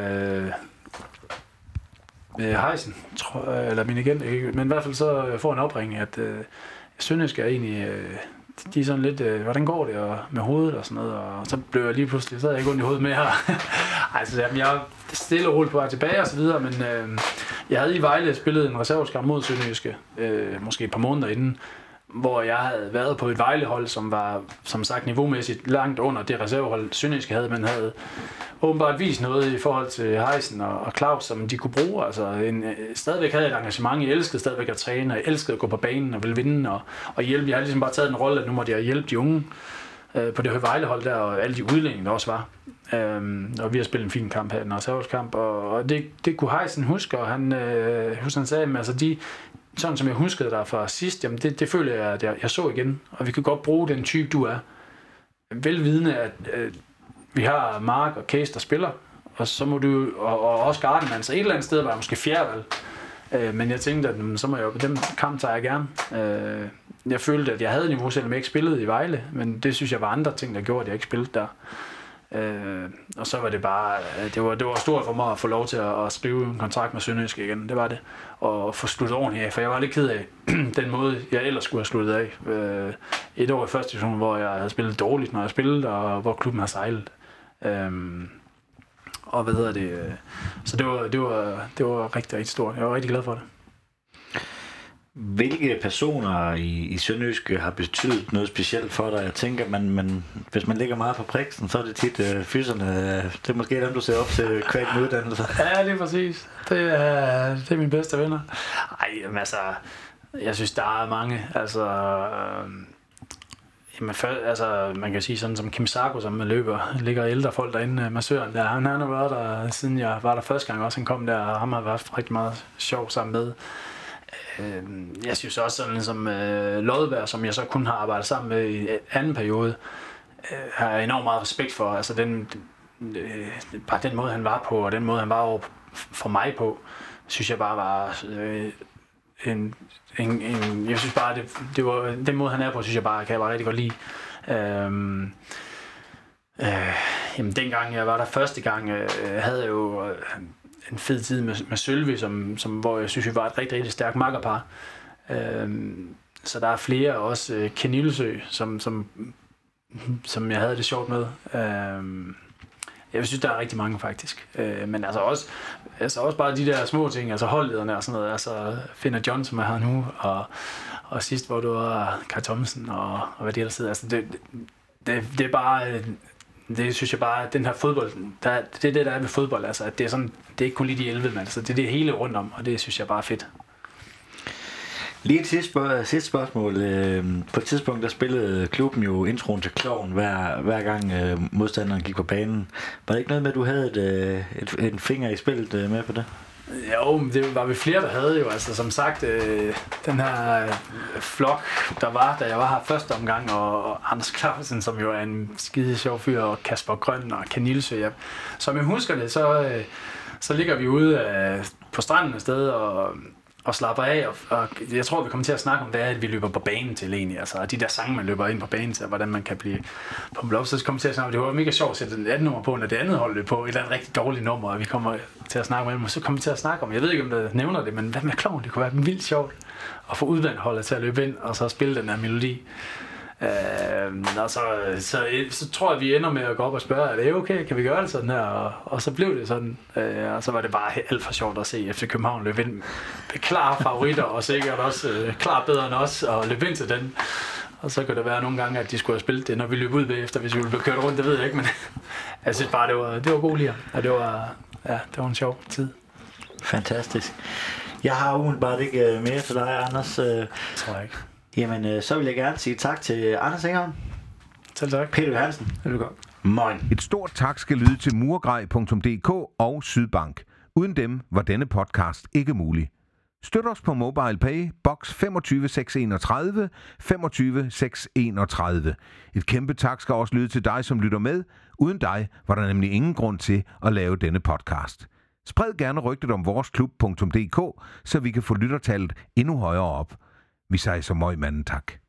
Heisen, eller min agent, men i hvert fald så får en opringning, at Sønderjyske er egentlig... de er sådan lidt, hvordan går det og med hovedet og sådan noget, og så blev jeg lige pludselig, så havde jeg ikke ondt i hovedet mere. Altså, jeg er stille og roligt på vej tilbage og så videre, men jeg havde i Vejle spillet en reservekamp mod Sønderjyske, måske et par måneder inden, hvor jeg havde været på et Vejle-hold, som var, som sagt, niveaumæssigt langt under det reservehold, Sønderjyske havde, men havde åbenbart vist noget i forhold til Heisen og Claus, som de kunne bruge. Altså, stadigvæk havde jeg et engagement, jeg elskede stadigvæk at træne, jeg elskede at gå på banen og ville vinde og hjælpe. Jeg havde ligesom bare taget en rolle, at nu måtte jeg hjælpe de unge på det Vejle-hold der, og alle de udlændinge, der også var. Og vi har spillet en fin kamp her, en reservekamp, og det kunne Heisen huske, og han sagde, at altså sådan som jeg huskede dig fra sidst, jamen det føler jeg, at jeg så igen, og vi kan godt bruge den type, du er. Velvidende, at vi har Mark og Case, der spiller, og så må du, og også Gardenman, så et eller andet sted var jeg måske fjerdevalg. Men jeg tænkte, at så må jeg jo på den kamp tager jeg gerne. Jeg følte, at jeg havde niveau, selvom jeg ikke spillede i Vejle, men det synes jeg var andre ting, der gjorde, at jeg ikke spillede der. Og så var det bare, det var stort for mig at få lov til at skrive en kontrakt med Sønderjyske igen, det var det, og få sluttet ordentligt af, for jeg var lidt ked af den måde, jeg ellers skulle have sluttet af. Et år i første division, hvor jeg havde spillet dårligt, når jeg spillede, og hvor klubben har sejlet. Og hvad hedder det, så det var rigtig, rigtig stort. Jeg var rigtig glad for det. Hvilke personer i Sønderjyske har betydet noget specielt for dig? Jeg tænker, hvis man ligger meget på priksen, så er det tit fyserne. Det er måske dem, du ser op til kvæg med uddannelse. Ja, det er præcis. Det er mine bedste venner. Ej, jamen altså, jeg synes, der er mange. Altså, man kan sige sådan som Kim Sarko, som ligger ældre folk derinde, massøren der. Han har været der, siden jeg var der første gang også, han kom der, og ham har været rigtig meget sjov sammen med. Jeg synes også sådan som Lodberg, som jeg så kun har arbejdet sammen med i anden periode, har jeg enormt meget respekt for. Altså bare den måde han var på, og den måde han var over for mig på, synes jeg bare var jeg synes bare det var den måde han er på, synes jeg bare kan jeg bare rigtig godt lide. Jamen dengang jeg var der første gang, havde jeg jo en fed tid med Sølvi, hvor jeg synes, vi var et rigtig, rigtig stærkt makkerpar. Så der er flere, også Ken Ilsø, som jeg havde det sjovt med. Jeg synes, der er rigtig mange faktisk. Men altså også bare de der små ting, altså holdlederne og sådan noget. Altså Finder John, som er her nu, og sidst, hvor du var Kai Thomsen og hvad det der sidder. Altså det er bare... Det synes jeg bare, at den her fodbold, det er det, der er med fodbold, altså, at det er sådan, det er ikke kun lige de 11, men altså, det er det hele rundt om, og det synes jeg bare er fedt. Lige et sidste spørgsmål. På et tidspunkt, der spillede klubben jo introen til Klovn, hver gang modstanderen gik på banen. Var det ikke noget med, at du havde en finger i spillet med på det? Jo, det var vi flere, der havde jo. Altså som sagt, den her flok, der var, da jeg var her første omgang, og Anders Clausen, som jo er en skide sjov fyr, og Kasper Grøn og Ken Ilsø. Ja. Som jeg husker det, så ligger vi ude på stranden et sted og slapper af, og jeg tror, vi kommer til at snakke om, hvad er det, vi løber på banen til egentlig, altså de der sange, man løber ind på banen til, og hvordan man kan blive pumpet op, så kommer vi til at snakke om, det var mega sjovt at sætte et andet nummer på, når det andet hold løb på, et eller andet rigtig dårligt nummer, og vi kommer til at snakke med dem, og så kommer vi til at snakke om, jeg ved ikke, om der nævner det, men hvad med Klovn, det kunne være vildt sjovt at få udvandet til at løbe ind, og så spille den her melodi. Og så tror jeg, vi ender med at gå op og spørge, er det okay, kan vi gøre det sådan her? Og så blev det sådan, og så var det bare alt for sjovt at se FC København løbe ind med klare favoritter, og sikkert også klart bedre end os, og løbe ind til den. Og så kan det være nogle gange, at de skulle have spillet det, når vi løb ud bagefter, hvis vi ville blive kørt rundt, det ved jeg ikke, men jeg synes bare, det var god lige, og det var en sjov tid. Fantastisk. Jeg har umiddelbart ikke mere til dig, Anders. Tror jeg ikke. Jamen, så vil jeg gerne sige tak til Anders Ingeholm. Selv tak. Peter Johansen. Velbekomme. Moin. Et stort tak skal lyde til murgrej.dk og Sydbank. Uden dem var denne podcast ikke mulig. Støt os på MobilePay, box 25631, 25631. Et kæmpe tak skal også lyde til dig, som lytter med. Uden dig var der nemlig ingen grund til at lave denne podcast. Spred gerne rygtet om voresklub.dk, så vi kan få lyttertallet endnu højere op. Vi siger så møg manden tak.